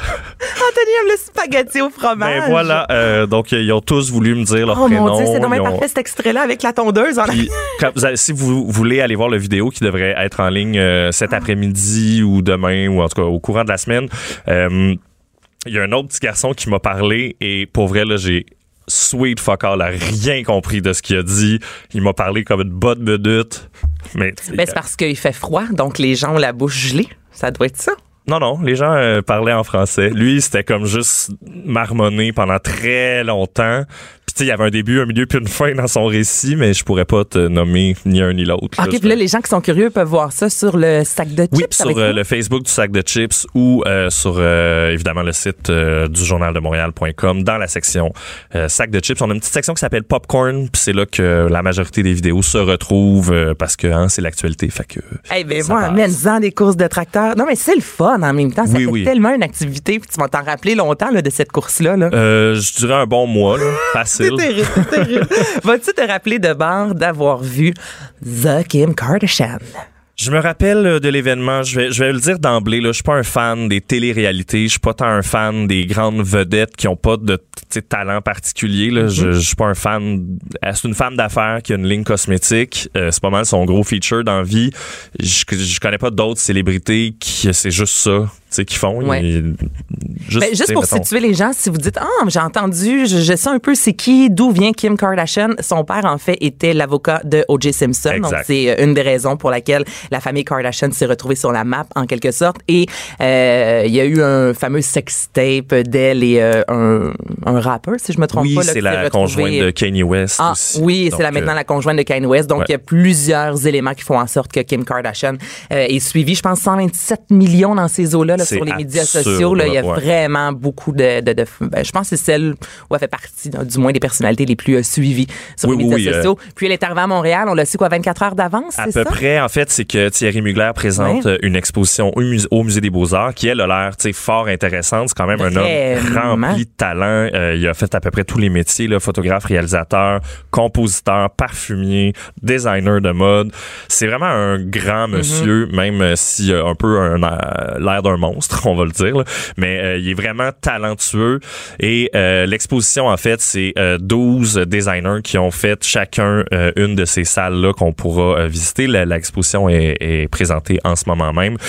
Anthony aime le spaghetti au fromage. Ben voilà. Euh, donc, ils ont tous voulu me dire leur Oh prénom. mon Dieu, c'est dommage Ils ont- parfait cet extrait-là avec la tondeuse. En... Puis, quand vous allez- si vous voulez aller voir la vidéo qui devrait être en ligne euh, cet après-midi ou demain ou en tout cas au courant de la semaine, euh, il y a un autre petit garçon qui m'a parlé et pour vrai, là, j'ai sweet fuck all, a rien compris de ce qu'il a dit. Il m'a parlé comme une bonne minute. Mais, Ben, c'est parce qu'il fait froid, donc les gens ont la bouche gelée. Ça doit être ça. Non, non, les gens euh, parlaient en français. Lui, c'était comme juste marmonné pendant très longtemps. Puis tu sais, il y avait un début, un milieu puis une fin dans son récit, mais je pourrais pas te nommer ni un ni l'autre. OK, là. puis là, les gens qui sont curieux peuvent voir ça sur le sac de chips. Oui, sur avec euh, nous. le Facebook du sac de chips ou euh, sur euh, évidemment le site euh, du journal de Montréal point com dans la section euh, sac de chips. On a une petite section qui s'appelle Popcorn, puis c'est là que la majorité des vidéos se retrouvent euh, parce que hein, c'est l'actualité, fait que Eh ben ça moi, passe. amène-en des courses de tracteurs. Non, mais c'est le fun en même temps. Ça Oui, fait oui. tellement une activité. Puis tu vas t'en rappeler longtemps là, de cette course-là. Là. euh, je dirais un bon mois, là, facile. C'est terrible, c'est terrible. Vas-tu te rappeler de bord d'avoir vu The Kim Kardashian? Je me rappelle euh, de l'événement, je vais, je vais le dire d'emblée, là, je suis pas un fan des téléréalités, je suis pas tant un fan des grandes vedettes qui ont pas de tu sais, talent particulier. Là. Je, je suis pas un fan. C'est une femme d'affaires qui a une ligne cosmétique. Euh, c'est pas mal son gros feature dans la vie. Je, je connais pas d'autres célébrités qui c'est juste ça. Tu sais, qui font. Ouais. Ils- juste, Ben, tu juste sais, pour mettons- situer les gens, si vous dites, ah, j'ai entendu, je, je sais un peu c'est qui, d'où vient Kim Kardashian. Son père, en fait, était l'avocat de O J Simpson. Exact. Donc, c'est une des raisons pour laquelle la famille Kardashian s'est retrouvée sur la map, en quelque sorte. Et euh, il y a eu un fameux sextape d'elle et euh, un, un rappeur, si je me trompe Oui, pas. là, c'est qui s'est la retrouvé- conjointe de Kanye West Ah, aussi. oui, Donc, c'est la, maintenant euh, la conjointe de Kanye West. Donc, ouais. il y a plusieurs éléments qui font en sorte que Kim Kardashian euh, est suivie. Je pense cent vingt-sept millions dans ces eaux-là là, C'est sur les médias absurde, sociaux. Là, il y a ouais. vraiment beaucoup de... de, de ben, je pense que c'est celle où elle fait partie, du moins, des personnalités les plus euh, suivies sur Oui, les oui, médias oui, sociaux. Puis elle est arrivée à Montréal, on l'a su quoi, vingt-quatre heures d'avance, À c'est peu ça? près, en fait, c'est que Thierry Mugler présente Ouais. euh, une exposition au musée, au musée des Beaux-Arts qui, elle, a l'air tu sais, fort intéressante. C'est quand même un homme Vraiment. rempli de talent. Euh, il a fait à peu près tous les métiers, là, photographe, réalisateur, compositeur, parfumier, designer de mode. C'est vraiment un grand monsieur, même euh, si euh, un peu un, euh, l'air d'un monstre, on va le dire. Là. Mais euh, il est vraiment talentueux. Et euh, l'exposition, en fait, c'est euh, douze designers qui ont fait chacun euh, une de ces salles-là qu'on pourra euh, visiter. La- L'exposition est, est présentée en ce moment même.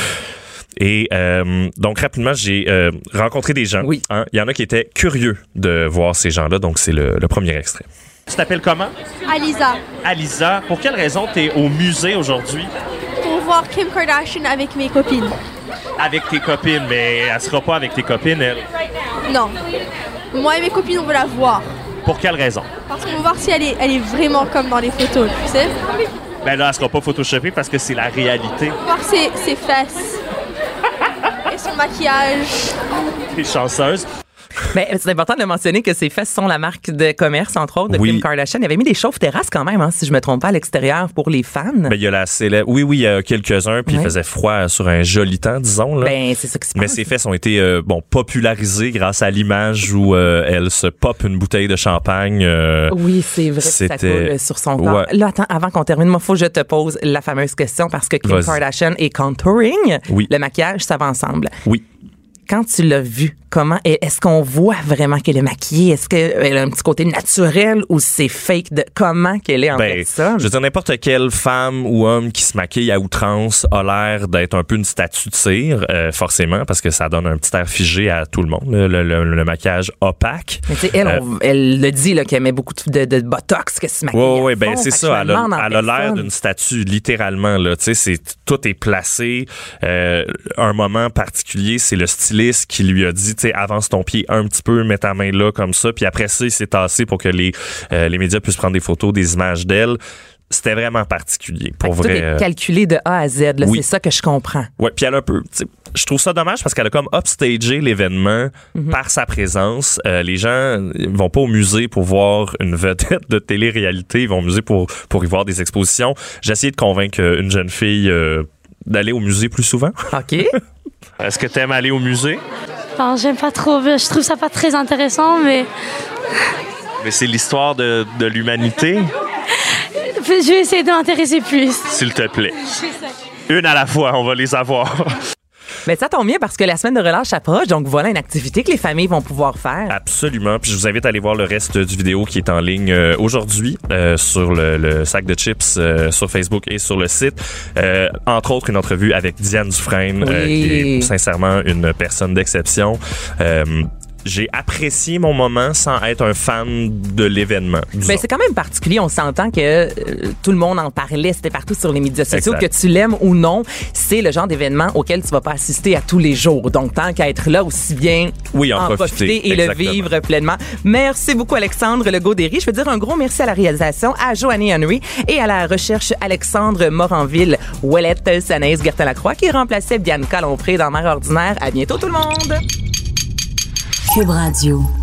Et euh, donc, rapidement, j'ai euh, rencontré des gens. Oui. Hein. Il y en a qui étaient curieux de voir ces gens-là. Donc, c'est le, le premier extrait. Tu t'appelles comment? Alisa, Alisa. Pour quelle raison tu es au musée aujourd'hui? pour voir Kim Kardashian avec mes copines. Avec tes copines, mais elle sera pas avec tes copines, elle. Non. Moi et mes copines, on veut la voir. Pour quelle raison? Parce qu'on veut voir si elle est, elle est vraiment comme dans les photos, tu sais. Ben là, elle sera pas photoshopée parce que c'est la réalité. Voir ses, ses fesses. Et son maquillage. T'es chanceuse. Mais c'est important de mentionner que ces fesses sont la marque de commerce, entre autres, de Oui. Kim Kardashian. Il avait mis des chauves-terrasses quand même, hein, si je me trompe pas, à l'extérieur pour les fans. Ben, il y a la célèbre. Oui, oui, il y a quelques-uns, puis Ouais. il faisait froid sur un joli temps, disons. Là. Ben, c'est ça qui se passe. Mais ces fesses ont été euh, bon popularisées grâce à l'image où euh, elle se pop une bouteille de champagne. euh, Oui, c'est vrai que ça c'était- coule sur son corps. Ouais. Là, attends, avant qu'on termine, moi, faut que je te pose la fameuse question parce que Kim Vas-y. Kardashian est contouring. Oui. Le maquillage, ça va ensemble. Oui. Quand tu l'as vue, comment est-ce qu'on voit vraiment qu'elle est maquillée? Est-ce qu'elle a un petit côté naturel ou c'est fake de comment qu'elle est en Ben, personne? je veux dire, n'importe quelle femme ou homme qui se maquille à outrance a l'air d'être un peu une statue de cire, euh, forcément, parce que ça donne un petit air figé à tout le monde, le, le- le- le maquillage opaque. Mais tu sais, elle, Euh, on- elle le dit là, qu'elle met beaucoup de, de botox, que se maquille. Oui, oui, à ben fond. c'est Fait que ça. je me Elle a, demande en elle a l'air personne. d'une statue, littéralement. Là, tu sais, c'est tout est placé. Euh, un moment particulier, c'est le styliste qui lui a dit, tu sais, avance ton pied un petit peu, mets ta main là comme ça, puis après ça, il s'est tassé pour que les euh, les médias puissent prendre des photos, des images d'elle. C'était vraiment particulier, pour Fait que vrai. Tout est calculé de A à Z. Là, Oui. C'est ça que je comprends. Ouais, puis elle a un peu. tu sais, Je trouve ça dommage parce qu'elle a comme upstagé l'événement Mhm. par sa présence. Euh, les gens ils vont pas au musée pour voir une vedette de télé-réalité, ils vont au musée pour pour y voir des expositions. J'ai essayé de convaincre euh, une jeune fille euh, d'aller au musée plus souvent. OK. Est-ce que tu aimes aller au musée? Non, j'aime pas trop. Je trouve ça pas très intéressant, mais Mais c'est l'histoire de, de l'humanité, je vais essayer de m'intéresser plus. s'il te plaît. Une à la fois, on va les avoir. Mais ça tombe bien parce que la semaine de relâche approche, donc voilà une activité que les familles vont pouvoir faire. Absolument. Puis je vous invite à aller voir le reste du vidéo qui est en ligne euh, aujourd'hui euh, sur le, le sac de chips euh, sur Facebook et sur le site. Euh, entre autres, une entrevue avec Diane Dufresne, euh, Oui. qui est sincèrement une personne d'exception. Euh, j'ai apprécié mon moment sans être un fan de l'événement. disons. Ben, c'est quand même particulier. On s'entend que euh, tout le monde en parlait. C'était partout sur les médias sociaux. Exact. Que tu l'aimes ou non, c'est le genre d'événement auquel tu vas pas assister à tous les jours. Donc, tant qu'à être là, aussi bien Oui, en profiter. et Exactement. le vivre pleinement. Merci beaucoup, Alexandre Legaudéry. Je veux dire un gros merci à la réalisation, à Joanny Henry et à la recherche Alexandre Moranville. Ouellette Sanaïs Gertin-Lacroix qui remplaçait Bianca Lompré dans Mère ordinaire. À bientôt, tout le monde! Cube Radio.